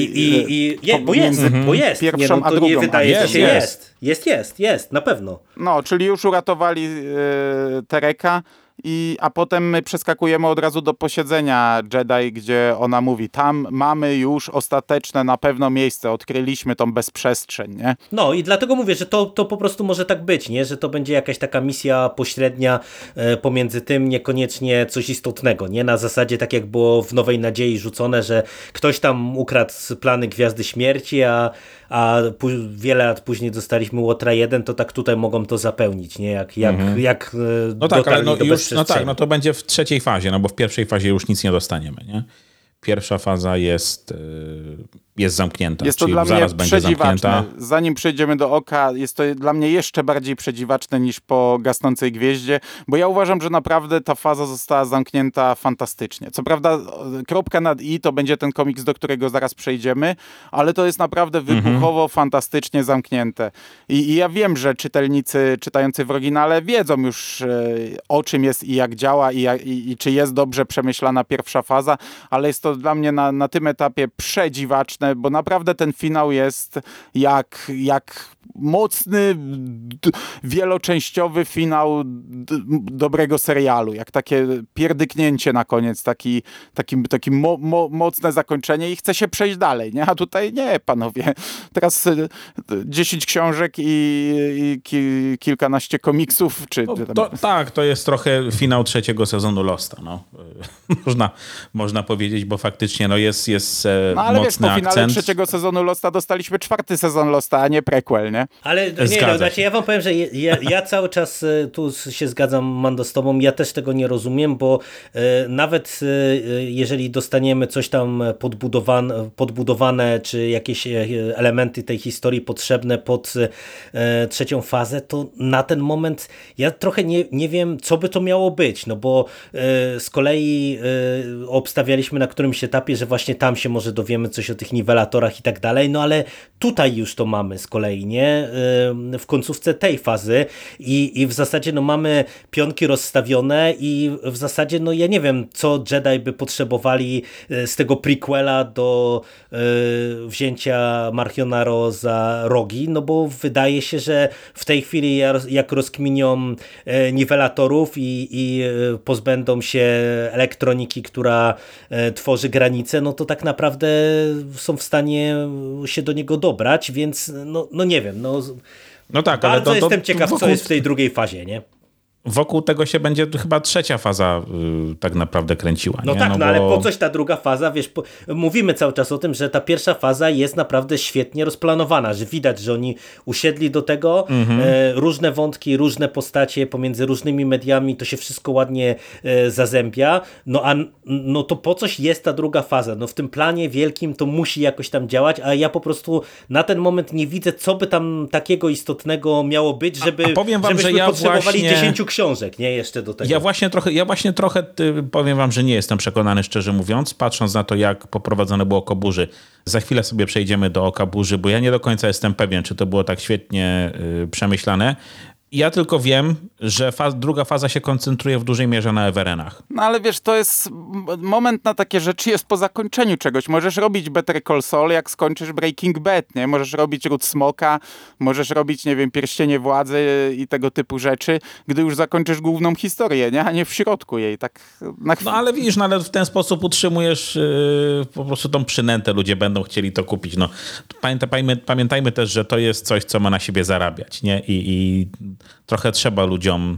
Bo jest.
Pierwszą
nie, no,
a drugą.
Nie wydaje się,
jest,
na pewno.
No, czyli już uratowali Tereka, a potem my przeskakujemy od razu do posiedzenia Jedi, gdzie ona mówi, tam mamy już ostateczne na pewno miejsce, odkryliśmy tą bezprzestrzeń, nie?
No i dlatego mówię, że to po prostu może tak być, nie? Że to będzie jakaś taka misja pośrednia pomiędzy tym, niekoniecznie coś istotnego, nie? Na zasadzie tak jak było w Nowej Nadziei rzucone, że ktoś tam ukradł plany Gwiazdy Śmierci, a wiele lat później dostaliśmy Łotra 1, to tak tutaj mogą to zapełnić, nie? Jak
no tak, ale no już, no tak, no to będzie w trzeciej fazie, no bo w pierwszej fazie już nic nie dostaniemy, nie? Pierwsza faza jest jest zamknięta.
Jest to
czyli
dla
zaraz
mnie
będzie
przedziwaczne.
zamknięta.
Zanim przejdziemy do Oka, jest to dla mnie jeszcze bardziej przedziwaczne niż po Gasnącej Gwieździe, bo ja uważam, że naprawdę ta faza została zamknięta fantastycznie. Co prawda kropka nad i to będzie ten komiks, do którego zaraz przejdziemy, ale to jest naprawdę wybuchowo, fantastycznie zamknięte. I ja wiem, że czytelnicy czytający w oryginale wiedzą już o czym jest i jak działa i czy jest dobrze przemyślana pierwsza faza, ale jest to dla mnie na tym etapie przedziwaczne, bo naprawdę ten finał jest jak mocny, wieloczęściowy finał dobrego serialu, jak takie pierdyknięcie na koniec, takie mocne zakończenie i chce się przejść dalej, nie? A tutaj nie, panowie. Teraz 10 książek i kilkanaście komiksów, czy...
Tak, to jest trochę finał trzeciego sezonu Losta, no. Można powiedzieć, bo faktycznie jest
ale
mocny
wiesz, po finale
akcent.
trzeciego sezonu Losta dostaliśmy 4. sezon Losta, a nie prequel, nie?
Ale nie, znaczy ja wam powiem, że ja cały czas tu się zgadzam, Mando, z tobą, ja też tego nie rozumiem, bo nawet jeżeli dostaniemy coś tam podbudowane, czy jakieś elementy tej historii potrzebne pod trzecią fazę, to na ten moment ja trochę nie wiem, co by to miało być, no bo z kolei obstawialiśmy na którymś etapie, że właśnie tam się może dowiemy coś o tych niwelatorach i tak dalej, no ale tutaj już to mamy z kolei, nie? W końcówce tej fazy i w zasadzie no mamy pionki rozstawione i w zasadzie no ja nie wiem, co Jedi by potrzebowali z tego prequela do wzięcia Marchionaro za rogi, no bo wydaje się, że w tej chwili jak rozkminią niwelatorów i pozbędą się elektroniki, która tworzy granice, no to tak naprawdę są w stanie się do niego dobrać, więc no nie wiem,
no tak,
bardzo
ale
jestem ciekaw, co jest w tej drugiej fazie, nie?
Wokół tego się będzie chyba trzecia faza tak naprawdę kręciła.
No
nie?
tak,
bo...
ale po coś ta druga faza, wiesz, mówimy cały czas o tym, że ta pierwsza faza jest naprawdę świetnie rozplanowana, że widać, że oni usiedli do tego, różne wątki, różne postacie pomiędzy różnymi mediami, to się wszystko ładnie zazębia, no to po coś jest ta druga faza, no w tym planie wielkim to musi jakoś tam działać, a ja po prostu na ten moment nie widzę, co by tam takiego istotnego miało być, żebyśmy potrzebowali 10 książek, nie? Jeszcze do tego.
Ja właśnie trochę powiem wam, że nie jestem przekonany, szczerze mówiąc, patrząc na to, jak poprowadzone było Oko Burzy. Za chwilę sobie przejdziemy do Oka Burzy, bo ja nie do końca jestem pewien, czy to było tak świetnie przemyślane. Ja tylko wiem, że druga faza się koncentruje w dużej mierze na Everenach.
No ale wiesz, to jest moment na takie rzeczy jest po zakończeniu czegoś. Możesz robić Better Call Saul, jak skończysz Breaking Bad, nie? Możesz robić Ród Smoka, możesz robić, nie wiem, Pierścienie Władzy i tego typu rzeczy, gdy już zakończysz główną historię, nie? A nie w środku jej, tak na chwilę.
No ale widzisz, ale w ten sposób utrzymujesz po prostu tą przynętę, ludzie będą chcieli to kupić. No, pamiętajmy też, że to jest coś, co ma na siebie zarabiać, nie? I trochę trzeba ludziom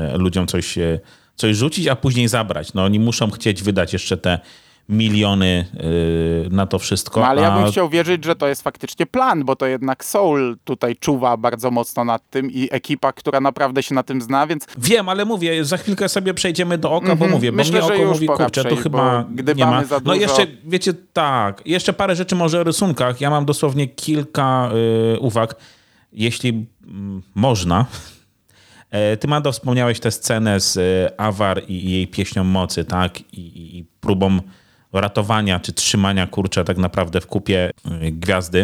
coś rzucić, a później zabrać. No oni muszą chcieć wydać jeszcze te miliony na to wszystko.
No, ale ja bym chciał wierzyć, że to jest faktycznie plan, bo to jednak Soul tutaj czuwa bardzo mocno nad tym i ekipa, która naprawdę się na tym zna, więc...
Wiem, ale mówię, za chwilkę sobie przejdziemy do Oka, bo mówię,
myślę,
bo mnie
że
Oko
już
mówi, kurczę, to chyba nie ma.
za dużo...
No jeszcze, wiecie, tak, jeszcze parę rzeczy może o rysunkach. Ja mam dosłownie kilka uwag, jeśli można. Ty, Mando, wspomniałeś tę scenę z Avar i jej pieśnią mocy, tak? I próbą ratowania czy trzymania, kurczę, tak naprawdę w kupie gwiazdy,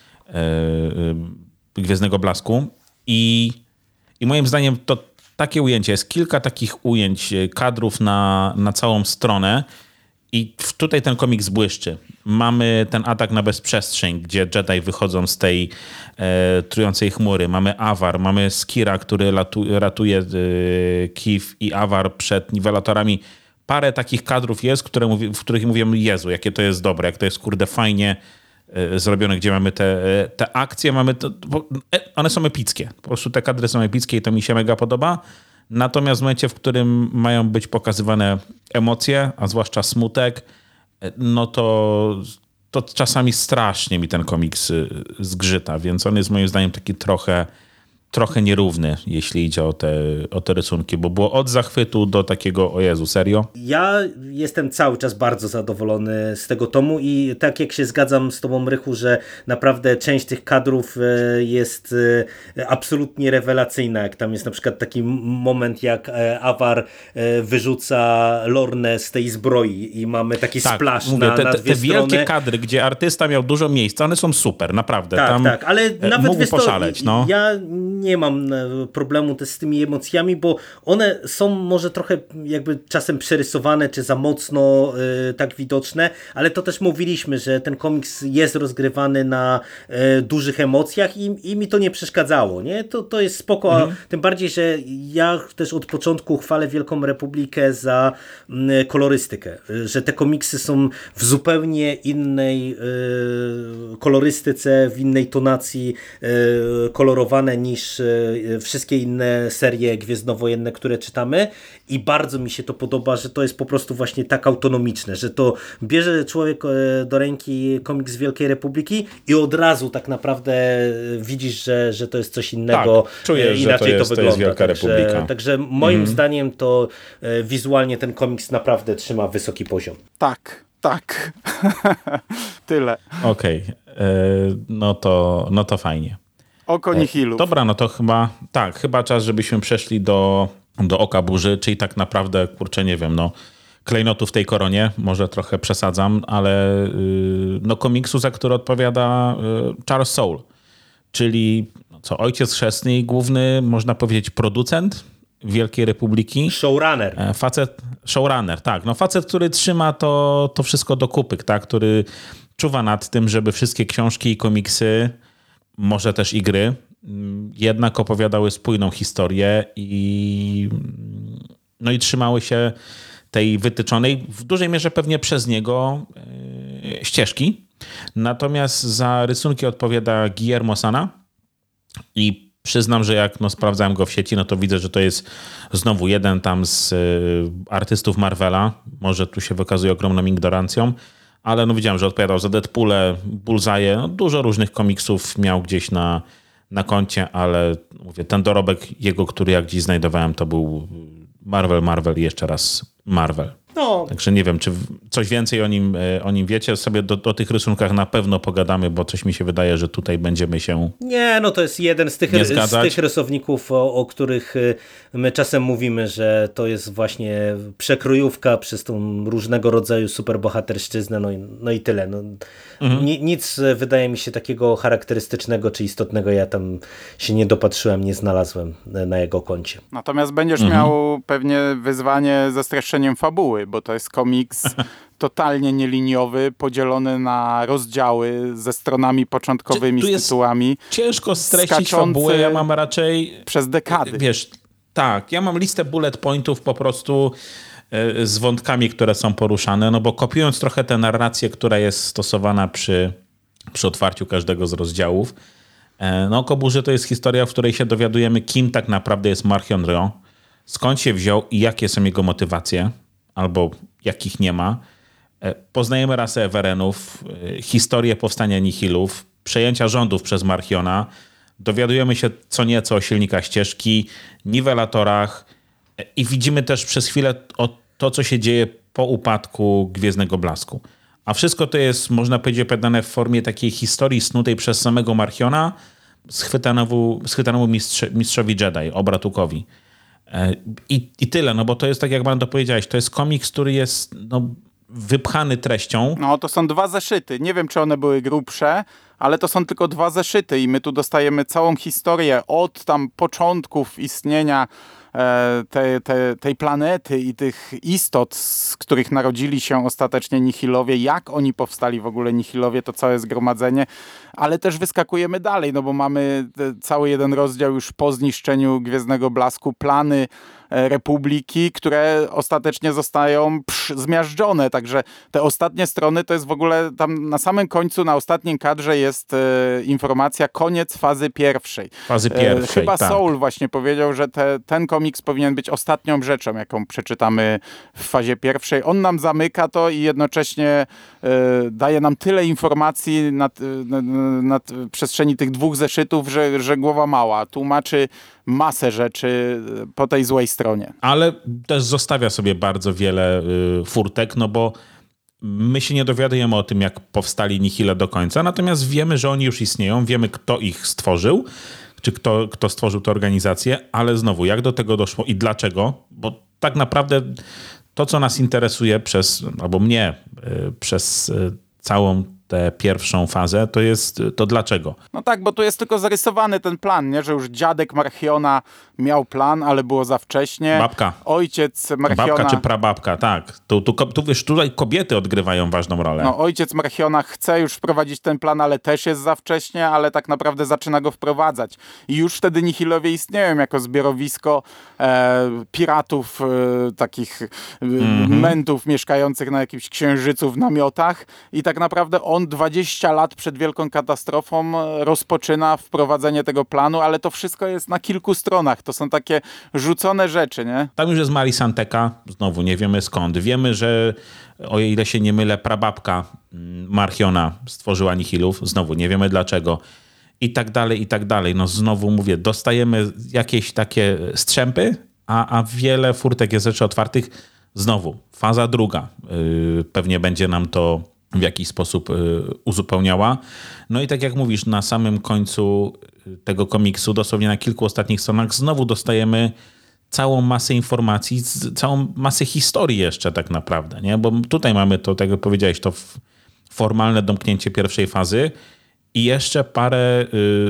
Gwiezdnego Blasku. I moim zdaniem to takie ujęcie, jest kilka takich ujęć, kadrów na całą stronę i tutaj ten komiks błyszczy. Mamy ten atak na bezprzestrzeń, gdzie Jedi wychodzą z tej trującej chmury. Mamy Avar, mamy Skira, który ratuje Kif i Avar przed niwelatorami. Parę takich kadrów jest, w których mówię, Jezu, jakie to jest dobre, jak to jest, kurde, fajnie zrobione, gdzie mamy te akcje, one są epickie. Po prostu te kadry są epickie i to mi się mega podoba. Natomiast w momencie, w którym mają być pokazywane emocje, a zwłaszcza smutek, no to czasami strasznie mi ten komiks zgrzyta, więc on jest moim zdaniem taki trochę trochę nierówny, jeśli idzie o te rysunki, bo było od zachwytu do takiego, o Jezu, serio?
Ja jestem cały czas bardzo zadowolony z tego tomu i tak jak się zgadzam z tobą, Rychu, że naprawdę część tych kadrów jest absolutnie rewelacyjna, jak tam jest na przykład taki moment, jak Avar wyrzuca Lornę z tej zbroi i mamy taki splash na dwie
te wielkie
strony.
kadry, gdzie artysta miał dużo miejsca, one są super, naprawdę.
Tak,
tam
tak, ale nawet
mógł poszaleć. No.
Ja nie mam problemu z tymi emocjami, bo one są może trochę jakby czasem przerysowane, czy za mocno tak widoczne, ale to też mówiliśmy, że ten komiks jest rozgrywany na dużych emocjach i mi to nie przeszkadzało, nie? To jest spoko, tym bardziej, że ja też od początku chwalę Wielką Republikę za kolorystykę, że te komiksy są w zupełnie innej kolorystyce, w innej tonacji kolorowane niż wszystkie inne serie gwiezdnowojenne, które czytamy i bardzo mi się to podoba, że to jest po prostu właśnie tak autonomiczne, że to bierze człowiek do ręki komiks Wielkiej Republiki i od razu tak naprawdę widzisz, że to jest coś innego.
Tak, czujesz,
inaczej
że to jest Wielka Republika.
Także moim zdaniem to wizualnie ten komiks naprawdę trzyma wysoki poziom.
Tak. Tyle.
Okej. No to fajnie.
Oko Nihilów.
Dobra, no to chyba czas, żebyśmy przeszli do Oka Burzy, czyli tak naprawdę, kurczę, nie wiem, klejnotów w tej koronie, może trochę przesadzam, ale komiksu, za który odpowiada Charles Soule, czyli ojciec chrzestny i główny, można powiedzieć, producent Wielkiej Republiki. Showrunner, tak. Facet, który trzyma to wszystko do kupy, tak? Który czuwa nad tym, żeby wszystkie książki i komiksy, może też i gry, jednak opowiadały spójną historię i trzymały się tej wytyczonej, w dużej mierze pewnie przez niego, ścieżki. Natomiast za rysunki odpowiada Guillermo Sana i przyznam, że jak sprawdzałem go w sieci, to widzę, że to jest znowu jeden tam z artystów Marvela. Może tu się wykazuje ogromną ignorancją, ale widziałem, że odpowiadał za Deadpoole, Bullseye, dużo różnych komiksów miał gdzieś na koncie, ale mówię, ten dorobek jego, który jak gdzieś znajdowałem, to był Marvel i jeszcze raz Marvel. Także nie wiem, czy coś więcej o nim wiecie. Sobie do tych rysunkach na pewno pogadamy, bo coś mi się wydaje, że tutaj będziemy się
Nie, to jest jeden z tych rysowników, o których my czasem mówimy, że to jest właśnie przekrojówka przez tą różnego rodzaju superbohaterszczyznę, no i tyle. Nic wydaje mi się takiego charakterystycznego czy istotnego, ja tam się nie dopatrzyłem, nie znalazłem na jego koncie.
Natomiast będziesz miał pewnie wyzwanie ze streszczeniem fabuły, bo to jest komiks totalnie nieliniowy, podzielony na rozdziały ze stronami początkowymi, z tytułami.
Ciężko streścić fabułę, ja mam raczej...
Przez dekady.
Wiesz, tak, ja mam listę bullet pointów po prostu z wątkami, które są poruszane, bo kopiując trochę tę narrację, która jest stosowana przy otwarciu każdego z rozdziałów, Oko Burzy to jest historia, w której się dowiadujemy, kim tak naprawdę jest Marchion Ro, skąd się wziął i jakie są jego motywacje, albo jakich nie ma. Poznajemy rasę Ewerenów, historię powstania Nihilów, przejęcia rządów przez Marchiona. Dowiadujemy się co nieco o silnikach ścieżki, niwelatorach i widzimy też przez chwilę to, co się dzieje po upadku Gwiezdnego Blasku. A wszystko to jest, można powiedzieć, opowiadane w formie takiej historii snutej przez samego Marchiona, schwytanemu mistrzowi Jedi, Obratukowi. I tyle, bo to jest, tak jak Brando powiedziałeś, to jest komiks, który jest wypchany treścią.
To są 2 zeszyty. Nie wiem, czy one były grubsze, ale to są tylko 2 zeszyty i my tu dostajemy całą historię od tam początków istnienia tej planety i tych istot, z których narodzili się ostatecznie Nihilowie, jak oni powstali w ogóle Nihilowie, to całe zgromadzenie, ale też wyskakujemy dalej, bo mamy cały jeden rozdział już po zniszczeniu Gwiezdnego Blasku, plany Republiki, które ostatecznie zostają zmiażdżone. Także te ostatnie strony to jest w ogóle tam na samym końcu, na ostatnim kadrze jest informacja koniec fazy pierwszej. Chyba
tak.
Soul właśnie powiedział, że ten komiks powinien być ostatnią rzeczą, jaką przeczytamy w fazie pierwszej. On nam zamyka to i jednocześnie daje nam tyle informacji na przestrzeni tych 2 zeszytów, że głowa mała. Tłumaczy masę rzeczy po tej złej stronie.
Ale też zostawia sobie bardzo wiele furtek, no bo my się nie dowiadujemy o tym, jak powstali Nihile do końca, natomiast wiemy, że oni już istnieją, wiemy, kto ich stworzył, czy kto stworzył tę organizację, ale znowu, jak do tego doszło i dlaczego, bo tak naprawdę to, co nas interesuje albo mnie przez całą tę pierwszą fazę, to jest to dlaczego.
No tak, bo tu jest tylko zarysowany ten plan, nie? Że już dziadek Marchiona miał plan, ale było za wcześnie.
Babka.
Ojciec Marchiona...
Babka czy prababka, tak. Tu wiesz, tutaj kobiety odgrywają ważną rolę.
No, ojciec Marchiona chce już wprowadzić ten plan, ale też jest za wcześnie, ale tak naprawdę zaczyna go wprowadzać. I już wtedy Nihilowie istnieją jako zbiorowisko piratów, takich mentów mieszkających na jakimś księżycu w namiotach i tak naprawdę on 20 lat przed wielką katastrofą rozpoczyna wprowadzenie tego planu, ale to wszystko jest na kilku stronach. To są takie rzucone rzeczy, nie?
Tam już jest Mari Santeka, znowu nie wiemy skąd. Wiemy, że o ile się nie mylę, prababka Marchiona stworzyła Nihilów, znowu nie wiemy dlaczego. I tak dalej, i tak dalej. No znowu mówię, dostajemy jakieś takie strzępy, a wiele furtek jest rzeczy otwartych. Znowu, faza druga. Pewnie będzie nam to w jakiś sposób uzupełniała. No i tak jak mówisz, na samym końcu tego komiksu, dosłownie na kilku ostatnich stronach, znowu dostajemy całą masę informacji, całą masę historii jeszcze tak naprawdę, nie? Bo tutaj mamy to, tak jak powiedziałeś, to formalne domknięcie pierwszej fazy i jeszcze parę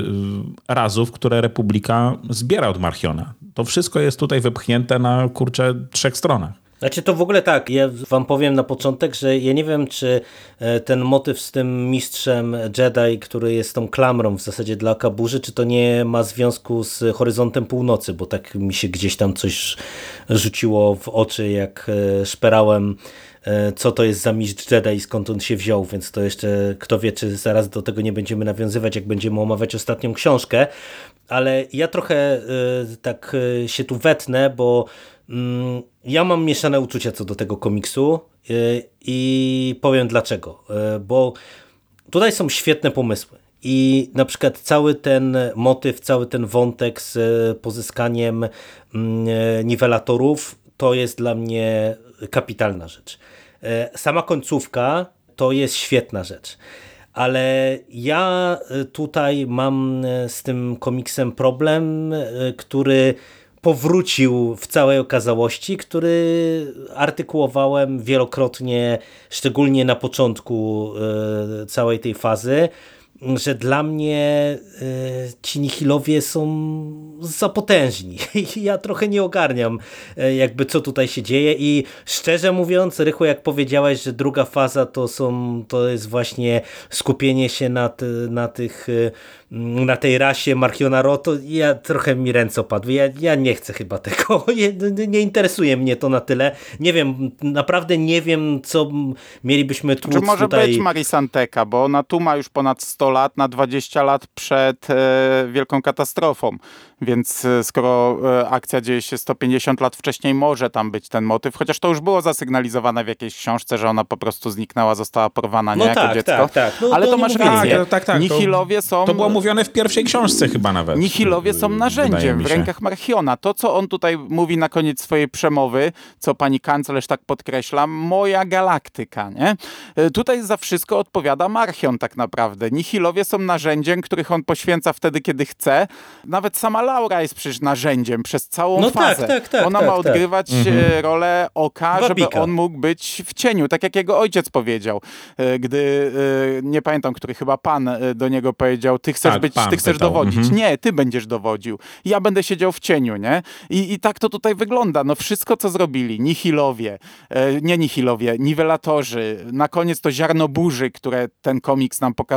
razów, które Republika zbiera od Marchiona. To wszystko jest tutaj wypchnięte na, 3 stronach.
Znaczy to w ogóle tak, ja wam powiem na początek, że ja nie wiem, czy ten motyw z tym mistrzem Jedi, który jest tą klamrą w zasadzie dla kaburzy, czy to nie ma związku z Horyzontem Północy, bo tak mi się gdzieś tam coś rzuciło w oczy, jak szperałem, co to jest za mistrz Jedi i skąd on się wziął, więc to jeszcze kto wie, czy zaraz do tego nie będziemy nawiązywać, jak będziemy omawiać ostatnią książkę, ale ja trochę tak się tu wetnę, bo ja mam mieszane uczucia co do tego komiksu i powiem dlaczego, bo tutaj są świetne pomysły i na przykład cały ten motyw, cały ten wątek z pozyskaniem niwelatorów to jest dla mnie kapitalna rzecz. Sama końcówka to jest świetna rzecz. Ale ja tutaj mam z tym komiksem problem, który powrócił w całej okazałości, który artykułowałem wielokrotnie, szczególnie na początku całej tej fazy, że dla mnie ci Nihilowie są za potężni. Ja trochę nie ogarniam jakby co tutaj się dzieje i szczerze mówiąc, Rychu, jak powiedziałeś, że druga faza to jest właśnie skupienie się na tej rasie Marchiona Ro, to ja trochę mi ręce opadły. Ja nie chcę chyba tego. Nie interesuje mnie to na tyle. Nie wiem, naprawdę nie wiem, co mielibyśmy tłuc
czy może
tutaj.
być Mari Santeka, bo ona tu ma już ponad 100 lat, na 20 lat przed wielką katastrofą. Więc skoro akcja dzieje się 150 lat wcześniej, może tam być ten motyw, chociaż to już było zasygnalizowane w jakiejś książce, że ona po prostu zniknęła, została porwana, nie, jako dziecko.
Tak. No,
ale to masz rację.
Tak,
Nihilowie są...
To było mówione w pierwszej książce chyba nawet.
Nihilowie są narzędziem w rękach Marchiona. To, co on tutaj mówi na koniec swojej przemowy, co pani kanclerz tak podkreśla, moja galaktyka, nie? Tutaj za wszystko odpowiada Marchion tak naprawdę. Nihilowie są narzędziem, których on poświęca wtedy, kiedy chce. Nawet sama Laura jest przecież narzędziem przez całą fazę. Ona ma odgrywać rolę oka, żeby on mógł być w cieniu, tak jak jego ojciec powiedział. Gdy, nie pamiętam, który chyba pan do niego powiedział, ty chcesz dowodzić. Nie, ty będziesz dowodził. Ja będę siedział w cieniu, nie? I tak to tutaj wygląda. No wszystko, co zrobili, niwelatorzy, na koniec to ziarno burzy, które ten komiks nam pokazuje, co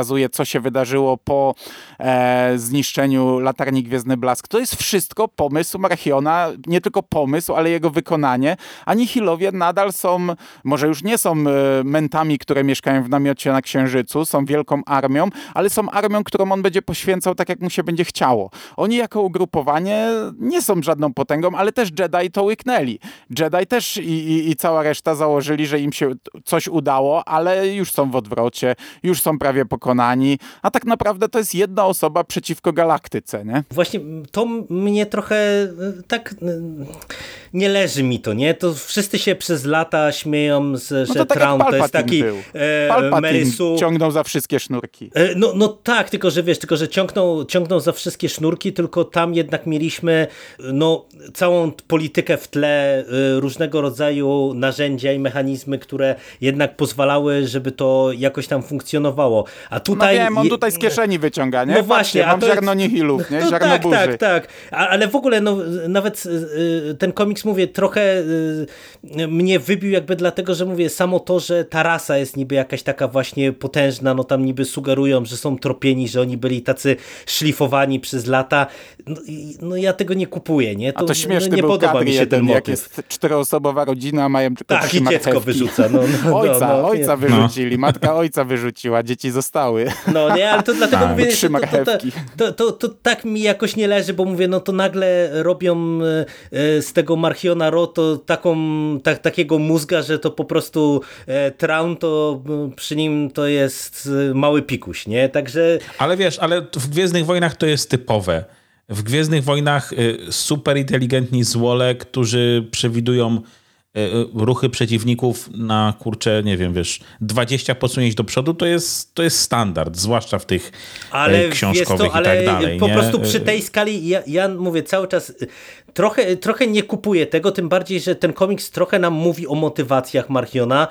się wydarzyło po zniszczeniu latarni Gwiezdny Blask. To jest wszystko pomysł Marchiona, nie tylko pomysł, ale jego wykonanie. Anihilowie nadal są, może już nie są mentami, które mieszkają w namiocie na Księżycu, są wielką armią, ale są armią, którą on będzie poświęcał tak, jak mu się będzie chciało. Oni jako ugrupowanie nie są żadną potęgą, ale też Jedi to łyknęli. Jedi też i cała reszta założyli, że im się coś udało, ale już są w odwrocie, już są prawie pokonani, a tak naprawdę to jest jedna osoba przeciwko galaktyce, nie?
Właśnie to mnie trochę tak nie leży mi to, nie? To wszyscy się przez lata śmieją, że
tak
Traun to jest taki
Palpatine ciągnął za wszystkie sznurki.
No tak, tylko że ciągnął za wszystkie sznurki, tylko tam jednak mieliśmy całą politykę w tle, różnego rodzaju narzędzia i mechanizmy, które jednak pozwalały, żeby to jakoś tam funkcjonowało. A tutaj...
No wiem, on tutaj z kieszeni wyciąga, nie?
No właśnie.
Mam ziarno nihilów, nie? Ziarno burzy.
Tak. Ale w ogóle nawet ten komiks, mówię, trochę mnie wybił jakby dlatego, że mówię, samo to, że ta rasa jest niby jakaś taka właśnie potężna, no tam niby sugerują, że są tropieni, że oni byli tacy szlifowani przez lata. No ja tego nie kupuję, nie?
To śmieszny
nie
był
podoba mi się ten motyw.
Jak jest 4-osobowa rodzina, a mają tylko 3 marchewki.
Dziecko wyrzuca.
Ojca wyrzucili, matka ojca wyrzuciła, dzieci zostały.
No nie, ale to dlatego mówię,
3 marchewki.
To tak mi jakoś nie leży, bo mówię, no to nagle robią z tego Marchiona Ro takiego mózga, że to po prostu Traun to przy nim to jest mały pikuś, nie? Także...
Ale wiesz, w Gwiezdnych Wojnach to jest typowe. W Gwiezdnych Wojnach super inteligentni złole, którzy przewidują ruchy przeciwników na, 20 posunięć do przodu, to jest standard, zwłaszcza w tych książkowych i tak dalej.
Po prostu przy tej skali, ja mówię cały czas, trochę nie kupuję tego, tym bardziej, że ten komiks trochę nam mówi o motywacjach Marchiona.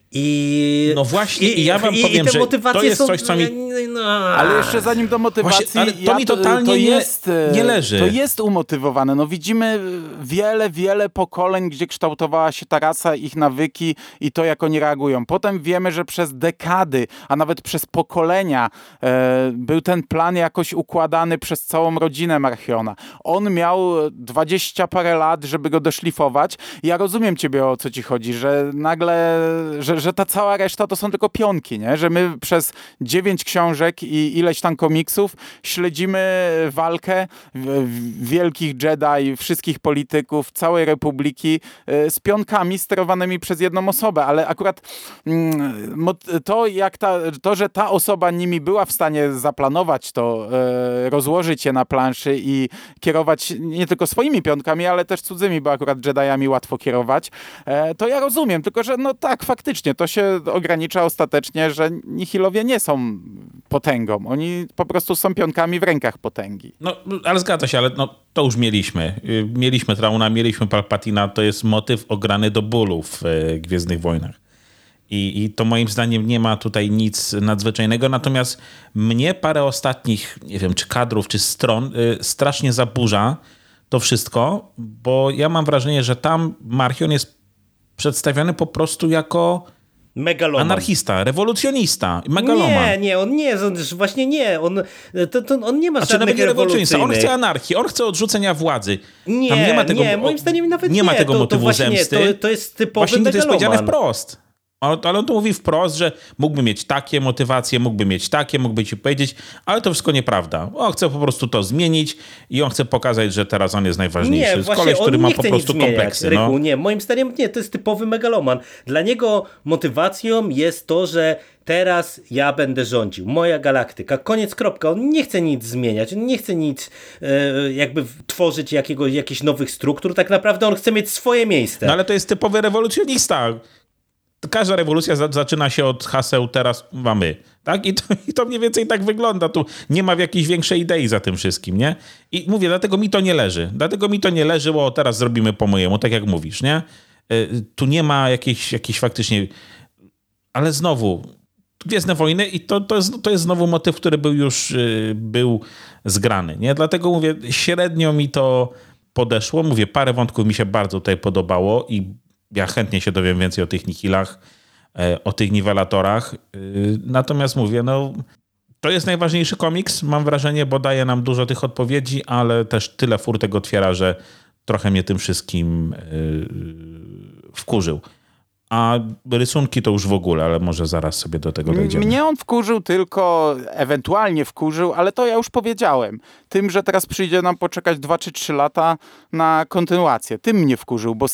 No właśnie, i ja wam powiem, że to jest coś, co mi...
Ale jeszcze zanim do motywacji,
właśnie, ale to mi totalnie nie leży.
To jest umotywowane. No widzimy wiele pokoleń, gdzie kształtowała się ta rasa, ich nawyki i to, jak oni reagują. Potem wiemy, że przez dekady, a nawet przez pokolenia był ten plan jakoś układany przez całą rodzinę Marchiona. On miał 20 parę lat, żeby go doszlifować. Ja rozumiem ciebie, o co ci chodzi, że nagle, że ta cała reszta to są tylko pionki, nie? Że my przez 9 książek i ileś tam komiksów śledzimy walkę wielkich Jedi, wszystkich polityków, całej Republiki z pionkami sterowanymi przez jedną osobę, ale akurat to, że ta osoba nimi była w stanie zaplanować to, rozłożyć je na planszy i kierować nie tylko swoimi pionkami, ale też cudzymi, bo akurat Jediami łatwo kierować, to ja rozumiem, tylko że no tak, faktycznie, to się ogranicza ostatecznie, że nihilowie nie są potęgą. Oni po prostu są pionkami w rękach potęgi.
No, ale zgadza się, ale to już mieliśmy. Mieliśmy Trauna, mieliśmy Palpatina. To jest motyw ograny do bólu w Gwiezdnych Wojnach. I to moim zdaniem nie ma tutaj nic nadzwyczajnego. Natomiast mnie parę ostatnich, nie wiem, czy kadrów, czy stron strasznie zaburza to wszystko, bo ja mam wrażenie, że tam Marchion jest przedstawiony po prostu jako
megaloman.
Anarchista, rewolucjonista, megaloman.
Nie, on nie jest, właśnie nie. On nie ma żadnych rewolucyjnych.
On chce anarchii, on chce odrzucenia władzy.
Nie, moim zdaniem nawet nie.
Ma tego motywu zemsty.
To jest typowy
właśnie
megaloman.
To jest powiedziane wprost. Ale on to mówi wprost, że mógłby mieć takie motywacje, mógłby mieć takie, mógłby ci powiedzieć, ale to wszystko nieprawda. On chce po prostu to zmienić i on chce pokazać, że teraz on jest najważniejszy.
Nie,
koleś, który ma po prostu kompleksy.
Ryku, nie, moim zdaniem nie, to jest typowy megaloman. Dla niego motywacją jest to, że teraz ja będę rządził. Moja galaktyka. Koniec, kropka. On nie chce nic zmieniać. On nie chce nic jakby tworzyć jakichś nowych struktur. Tak naprawdę on chce mieć swoje miejsce.
No ale to jest typowy rewolucjonista. Każda rewolucja zaczyna się od haseł teraz mamy. Tak? I to mniej więcej tak wygląda. Tu nie ma jakiejś większej idei za tym wszystkim, nie? I mówię, dlatego mi to nie leży. Bo teraz zrobimy po mojemu, tak jak mówisz, nie? Tu nie ma jakiejś faktycznie... Ale znowu, Gwiezdne Wojny i to jest znowu motyw, który był zgrany, nie? Dlatego mówię, średnio mi to podeszło. Mówię, parę wątków mi się bardzo tutaj podobało i ja chętnie się dowiem więcej o tych nihilach, o tych niwelatorach. Natomiast mówię, To jest najważniejszy komiks, mam wrażenie, bo daje nam dużo tych odpowiedzi, ale też tyle furtek otwiera, że trochę mnie tym wszystkim wkurzył. A rysunki to już w ogóle, ale może zaraz sobie do tego dojdziemy.
Mnie on wkurzył tylko, ewentualnie wkurzył, ale to ja już powiedziałem. Tym, że teraz przyjdzie nam poczekać 2 czy 3 lata na kontynuację. Tym mnie wkurzył, bo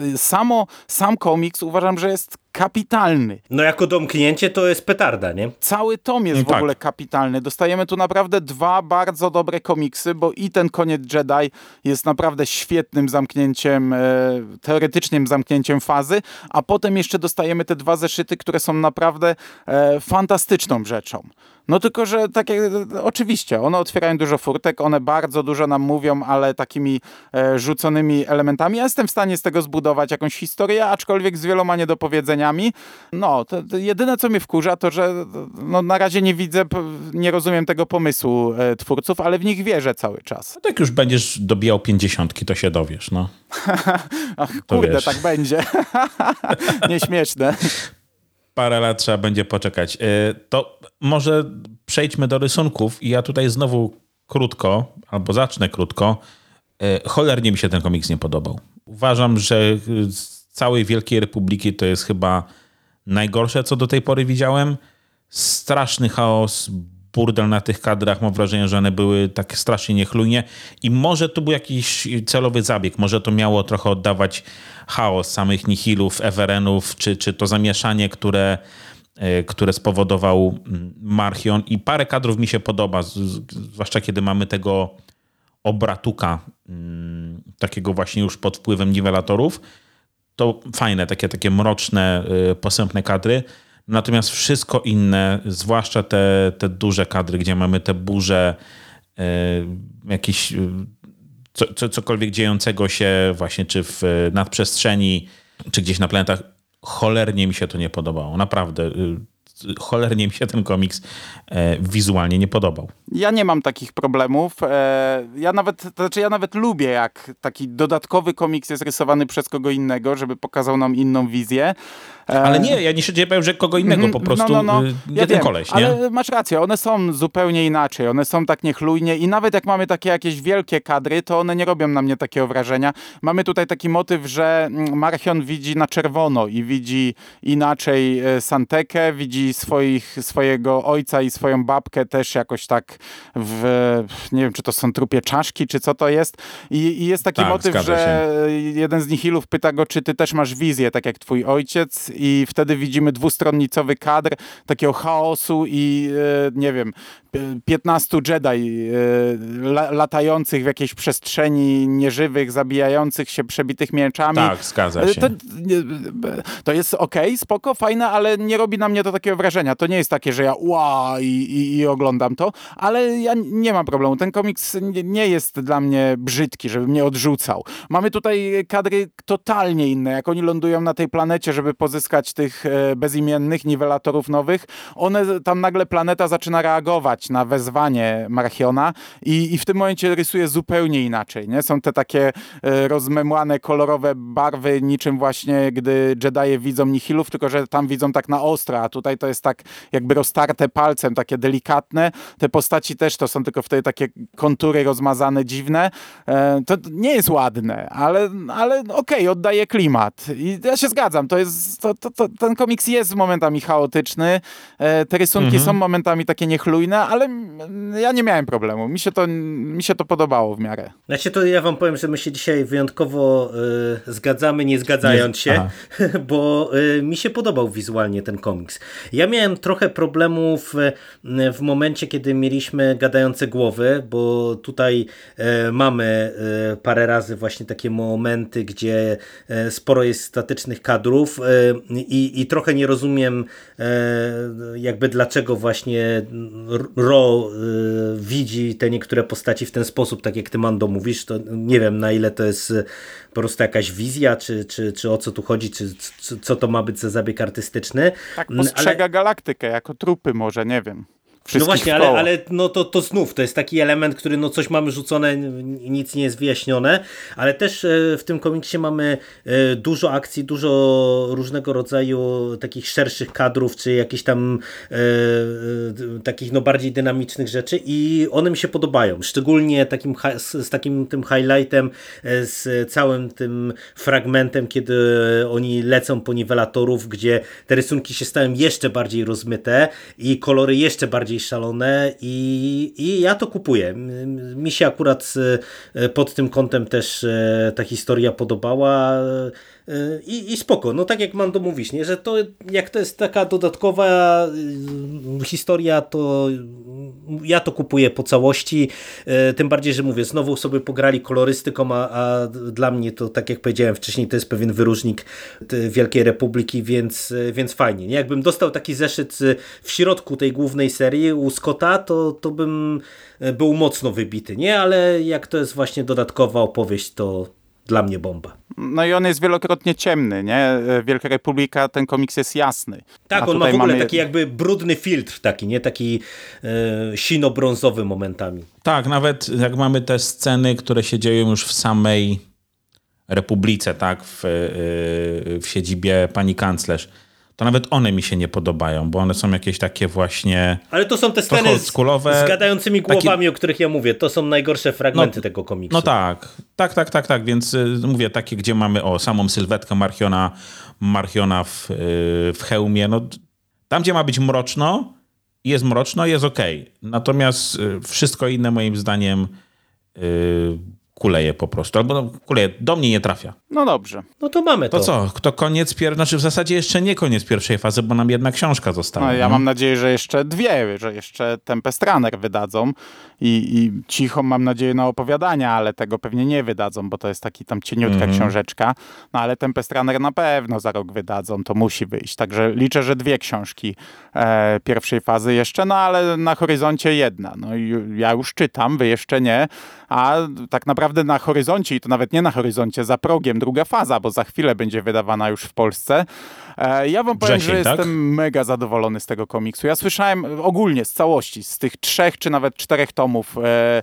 sam komiks uważam, że jest kapitalny.
No jako domknięcie to jest petarda, nie?
Cały tom jest w ogóle kapitalny. Dostajemy tu naprawdę 2 bardzo dobre komiksy, bo i ten Koniec Jedi jest naprawdę świetnym zamknięciem, teoretycznym zamknięciem fazy, a potem jeszcze dostajemy te 2 zeszyty, które są naprawdę fantastyczną rzeczą. No tylko, że takie, oczywiście, one otwierają dużo furtek, one bardzo dużo nam mówią, ale takimi rzuconymi elementami. Ja jestem w stanie z tego zbudować jakąś historię, aczkolwiek z wieloma niedopowiedzeniami. No, to jedyne, co mnie wkurza, to, że no, na razie nie widzę, nie rozumiem tego pomysłu twórców, ale w nich wierzę cały czas.
No tak już będziesz dobijał 50, to się dowiesz, no.
Ach, kurde, tak będzie. Nieśmieszne.
Parę lat trzeba będzie poczekać. To może przejdźmy do rysunków i ja tutaj znowu krótko, albo zacznę krótko. Cholernie mi się ten komiks nie podobał. Uważam, że z całej Wielkiej Republiki to jest chyba najgorsze, co do tej pory widziałem. Straszny chaos, burdel na tych kadrach. Mam wrażenie, że one były tak strasznie niechlujnie i może to był jakiś celowy zabieg. Może to miało trochę oddawać chaos samych Nihilów, Everenów, czy to zamieszanie, które spowodował Marchion. I parę kadrów mi się podoba, zwłaszcza kiedy mamy tego obratuka, takiego właśnie już pod wpływem niwelatorów. To fajne, takie mroczne, posępne kadry. Natomiast wszystko inne, zwłaszcza te duże kadry, gdzie mamy te burze, jakieś cokolwiek dziejącego się właśnie czy w nadprzestrzeni, czy gdzieś na planetach, cholernie mi się to nie podobało. Naprawdę. Cholernie mi się ten komiks wizualnie nie podobał.
Ja nie mam takich problemów. Ja nawet lubię, jak taki dodatkowy komiks jest rysowany przez kogo innego, żeby pokazał nam inną wizję.
Ale nie, ja nie się powiem, że kogo innego, po prostu
ja
ten koleś, nie?
Ale masz rację, one są zupełnie inaczej, one są tak niechlujnie i nawet jak mamy takie jakieś wielkie kadry, to one nie robią na mnie takiego wrażenia. Mamy tutaj taki motyw, że Marchion widzi na czerwono i widzi inaczej Santekę, widzi swojego ojca i swoją babkę też jakoś tak nie wiem, czy to są trupie czaszki, czy co to jest. I jest taki motyw, że jeden z Nihilów pyta go, czy ty też masz wizję, tak jak twój ojciec, i wtedy widzimy dwustronnicowy kadr takiego chaosu i nie wiem, 15 Jedi latających w jakiejś przestrzeni nieżywych, zabijających się przebitych mieczami.
Tak, zgadza się.
To jest okej, spoko, fajne, ale nie robi na mnie to takiego wrażenia. To nie jest takie, że ja i oglądam to, ale ja nie mam problemu. Ten komiks nie jest dla mnie brzydki, żeby mnie odrzucał. Mamy tutaj kadry totalnie inne. Jak oni lądują na tej planecie, żeby pozyskać tych bezimiennych niwelatorów nowych, tam nagle planeta zaczyna reagować na wezwanie Marchiona i w tym momencie rysuje zupełnie inaczej. Nie? Są te takie rozmemłane, kolorowe barwy, niczym właśnie, gdy Jedije widzą Nihilów, tylko że tam widzą tak na ostro, a tutaj to jest tak jakby roztarte palcem, takie delikatne. Te postaci też to są tylko wtedy takie kontury rozmazane, dziwne. To nie jest ładne, ale okej, oddaje klimat. I ja się zgadzam, ten komiks jest momentami chaotyczny, te rysunki są momentami takie niechlujne, ale ja nie miałem problemu. Mi się to podobało w miarę.
Znaczy to ja wam powiem, że my się dzisiaj wyjątkowo zgadzamy, nie zgadzając się, bo mi się podobał wizualnie ten komiks. Ja miałem trochę problemów w momencie, kiedy mieliśmy gadające głowy, bo tutaj mamy parę razy właśnie takie momenty, gdzie sporo jest statycznych kadrów i trochę nie rozumiem jakby dlaczego właśnie Ro widzi te niektóre postaci w ten sposób, tak jak ty, Mando, mówisz. To nie wiem, na ile to jest po prostu jakaś wizja, czy o co tu chodzi, czy co to ma być za zabieg artystyczny.
Tak postrzega galaktykę jako trupy może, nie wiem. wszystkich
No właśnie,
w koło.
ale no to znów, to jest taki element, który no coś mamy rzucone, nic nie jest wyjaśnione, ale też w tym komiksie mamy dużo akcji, dużo różnego rodzaju takich szerszych kadrów, czy jakichś tam takich no bardziej dynamicznych rzeczy i one mi się podobają, szczególnie z takim tym highlightem, z całym tym fragmentem, kiedy oni lecą po niwelatorów, gdzie te rysunki się stają jeszcze bardziej rozmyte i kolory jeszcze bardziej szalone i ja to kupuję. Mi się akurat pod tym kątem też ta historia podobała i spoko. No tak jak Mando mówisz, nie? Że to jak to jest taka dodatkowa historia, to ja to kupuję po całości. Tym bardziej, że mówię, znowu sobie pograli kolorystyką, a dla mnie to, tak jak powiedziałem wcześniej, to jest pewien wyróżnik Wielkiej Republiki, więc fajnie. Nie? Jakbym dostał taki zeszyt w środku tej głównej serii u Scotta, to bym był mocno wybity, nie? Ale jak to jest właśnie dodatkowa opowieść, to dla mnie bomba.
No i on jest wielokrotnie ciemny, nie? Wielka Republika, ten komiks jest jasny.
Tak, on ma w ogóle taki jakby brudny filtr taki, nie? Taki sino-brązowy momentami.
Tak, nawet jak mamy te sceny, które się dzieją już w samej Republice, tak? W siedzibie pani kanclerz, to nawet one mi się nie podobają, bo one są jakieś takie właśnie...
Ale to są te sceny z gadającymi głowami, o których ja mówię. To są najgorsze fragmenty tego komiksu.
No tak, więc mówię takie, gdzie mamy samą sylwetkę Marchiona w hełmie. No, tam, gdzie ma być mroczno, jest okej. Natomiast wszystko inne moim zdaniem kuleje po prostu. Albo kuleje, do mnie nie trafia.
No dobrze.
No to mamy to.
To co? To koniec znaczy w zasadzie jeszcze nie koniec pierwszej fazy, bo nam jedna książka została.
No, ja mam nadzieję, że jeszcze dwie, że jeszcze Tempest Runner wydadzą i cicho mam nadzieję na opowiadania, ale tego pewnie nie wydadzą, bo to jest taki tam cieniutka książeczka. No ale Tempest Runner na pewno za rok wydadzą, to musi wyjść. Także liczę, że dwie książki pierwszej fazy jeszcze, no ale na horyzoncie jedna. No i ja już czytam, wy jeszcze nie, a tak naprawdę na horyzoncie, i to nawet nie na horyzoncie, za progiem druga faza, bo za chwilę będzie wydawana już w Polsce. Ja wam powiem, że jestem mega zadowolony z tego komiksu. Ja słyszałem ogólnie z całości, z tych 3 czy nawet 4 tomów,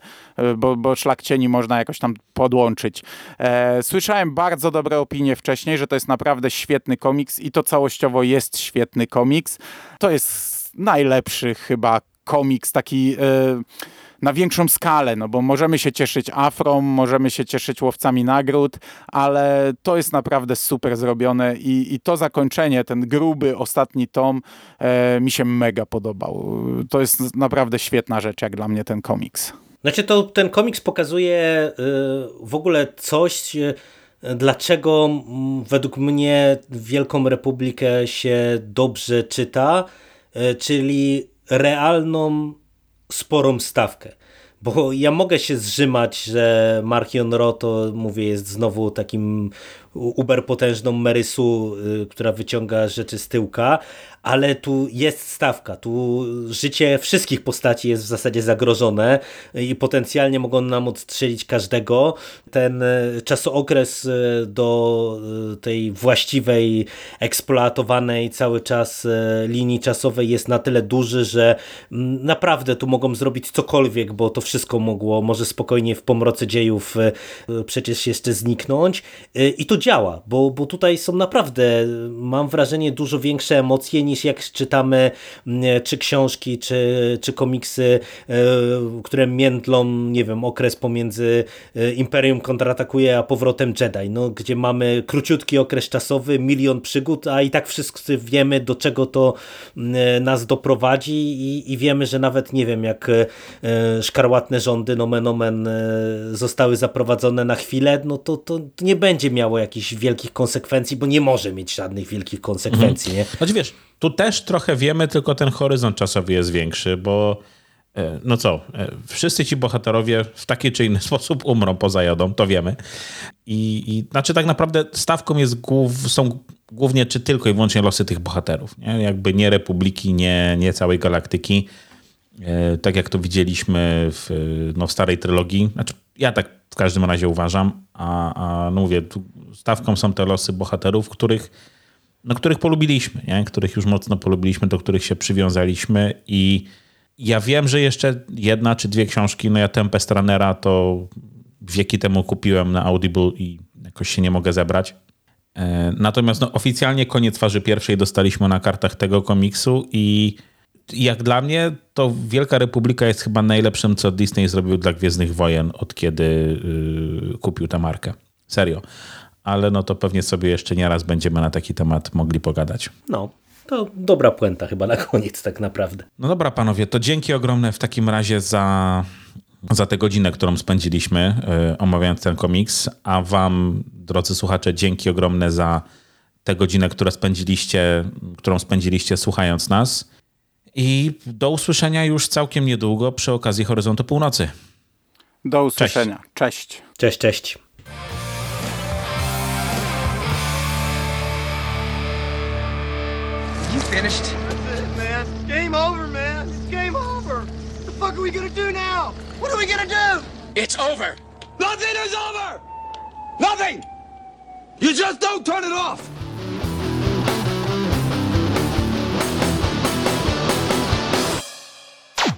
bo Szlak Cieni można jakoś tam podłączyć. Słyszałem bardzo dobre opinie wcześniej, że to jest naprawdę świetny komiks i to całościowo jest świetny komiks. To jest najlepszy chyba komiks taki... na większą skalę, no bo możemy się cieszyć Afrą, możemy się cieszyć Łowcami Nagród, ale to jest naprawdę super zrobione i to zakończenie, ten gruby ostatni tom mi się mega podobał. To jest naprawdę świetna rzecz jak dla mnie ten komiks.
Znaczy ten komiks pokazuje w ogóle coś, dlaczego według mnie Wielką Republikę się dobrze czyta, czyli realną sporą stawkę. Bo ja mogę się zrzymać, że Marchion Ro to mówię jest znowu takim uberpotężną Merysu, która wyciąga rzeczy z tyłka, ale tu jest stawka, tu życie wszystkich postaci jest w zasadzie zagrożone i potencjalnie mogą nam odstrzelić każdego. Ten czasookres do tej właściwej, eksploatowanej cały czas linii czasowej jest na tyle duży, że naprawdę tu mogą zrobić cokolwiek, bo to wszystko może spokojnie w pomroce dziejów przecież jeszcze zniknąć i to działa, bo tutaj są naprawdę, mam wrażenie, dużo większe emocje niż jak czytamy czy książki, czy komiksy, które miętlą, nie wiem, okres pomiędzy Imperium kontratakuje a powrotem Jedi, no, gdzie mamy króciutki okres czasowy, 1 000 000 przygód, a i tak wszyscy wiemy, do czego to nas doprowadzi i wiemy, że nawet, nie wiem, jak szkarłatne rządy, nomen omen, zostały zaprowadzone na chwilę, no to nie będzie miało jakichś wielkich konsekwencji, bo nie może mieć żadnych wielkich konsekwencji. Nie?
Znaczy wiesz, tu też trochę wiemy, tylko ten horyzont czasowy jest większy, bo no co, wszyscy ci bohaterowie w taki czy inny sposób umrą, pozajadą, to wiemy. I znaczy tak naprawdę stawką są głównie czy tylko i wyłącznie losy tych bohaterów. Nie? Jakby nie Republiki, nie całej galaktyki. Tak jak to widzieliśmy w starej trylogii. Znaczy, ja tak w każdym razie uważam, a no mówię, tu stawką są te losy bohaterów, których polubiliśmy, nie? Których już mocno polubiliśmy, do których się przywiązaliśmy i Ja wiem, że jeszcze 1 czy 2 książki, no ja Tempest Runnera to wieki temu kupiłem na Audible i jakoś się nie mogę zebrać. Natomiast no, oficjalnie Koniec Fazy Pierwszej dostaliśmy na kartach tego komiksu i jak dla mnie to Wielka Republika jest chyba najlepszym, co Disney zrobił dla Gwiezdnych Wojen, od kiedy kupił tę markę. Serio. Ale no to pewnie sobie jeszcze nieraz będziemy na taki temat mogli pogadać.
No, to dobra puenta chyba na koniec tak naprawdę.
No dobra, panowie, to dzięki ogromne w takim razie za tę godzinę, którą spędziliśmy omawiając ten komiks, a wam, drodzy słuchacze, dzięki ogromne za tę godzinę, którą spędziliście słuchając nas. I do usłyszenia już całkiem niedługo przy okazji Horyzontu Północy.
Do usłyszenia. Cześć.
Cześć, cześć.
You finished? That's it, man. It's game over, man. It's game over. What the fuck are we gonna do now? What are we gonna do? It's over. Nothing is over. Nothing. You just don't turn it off.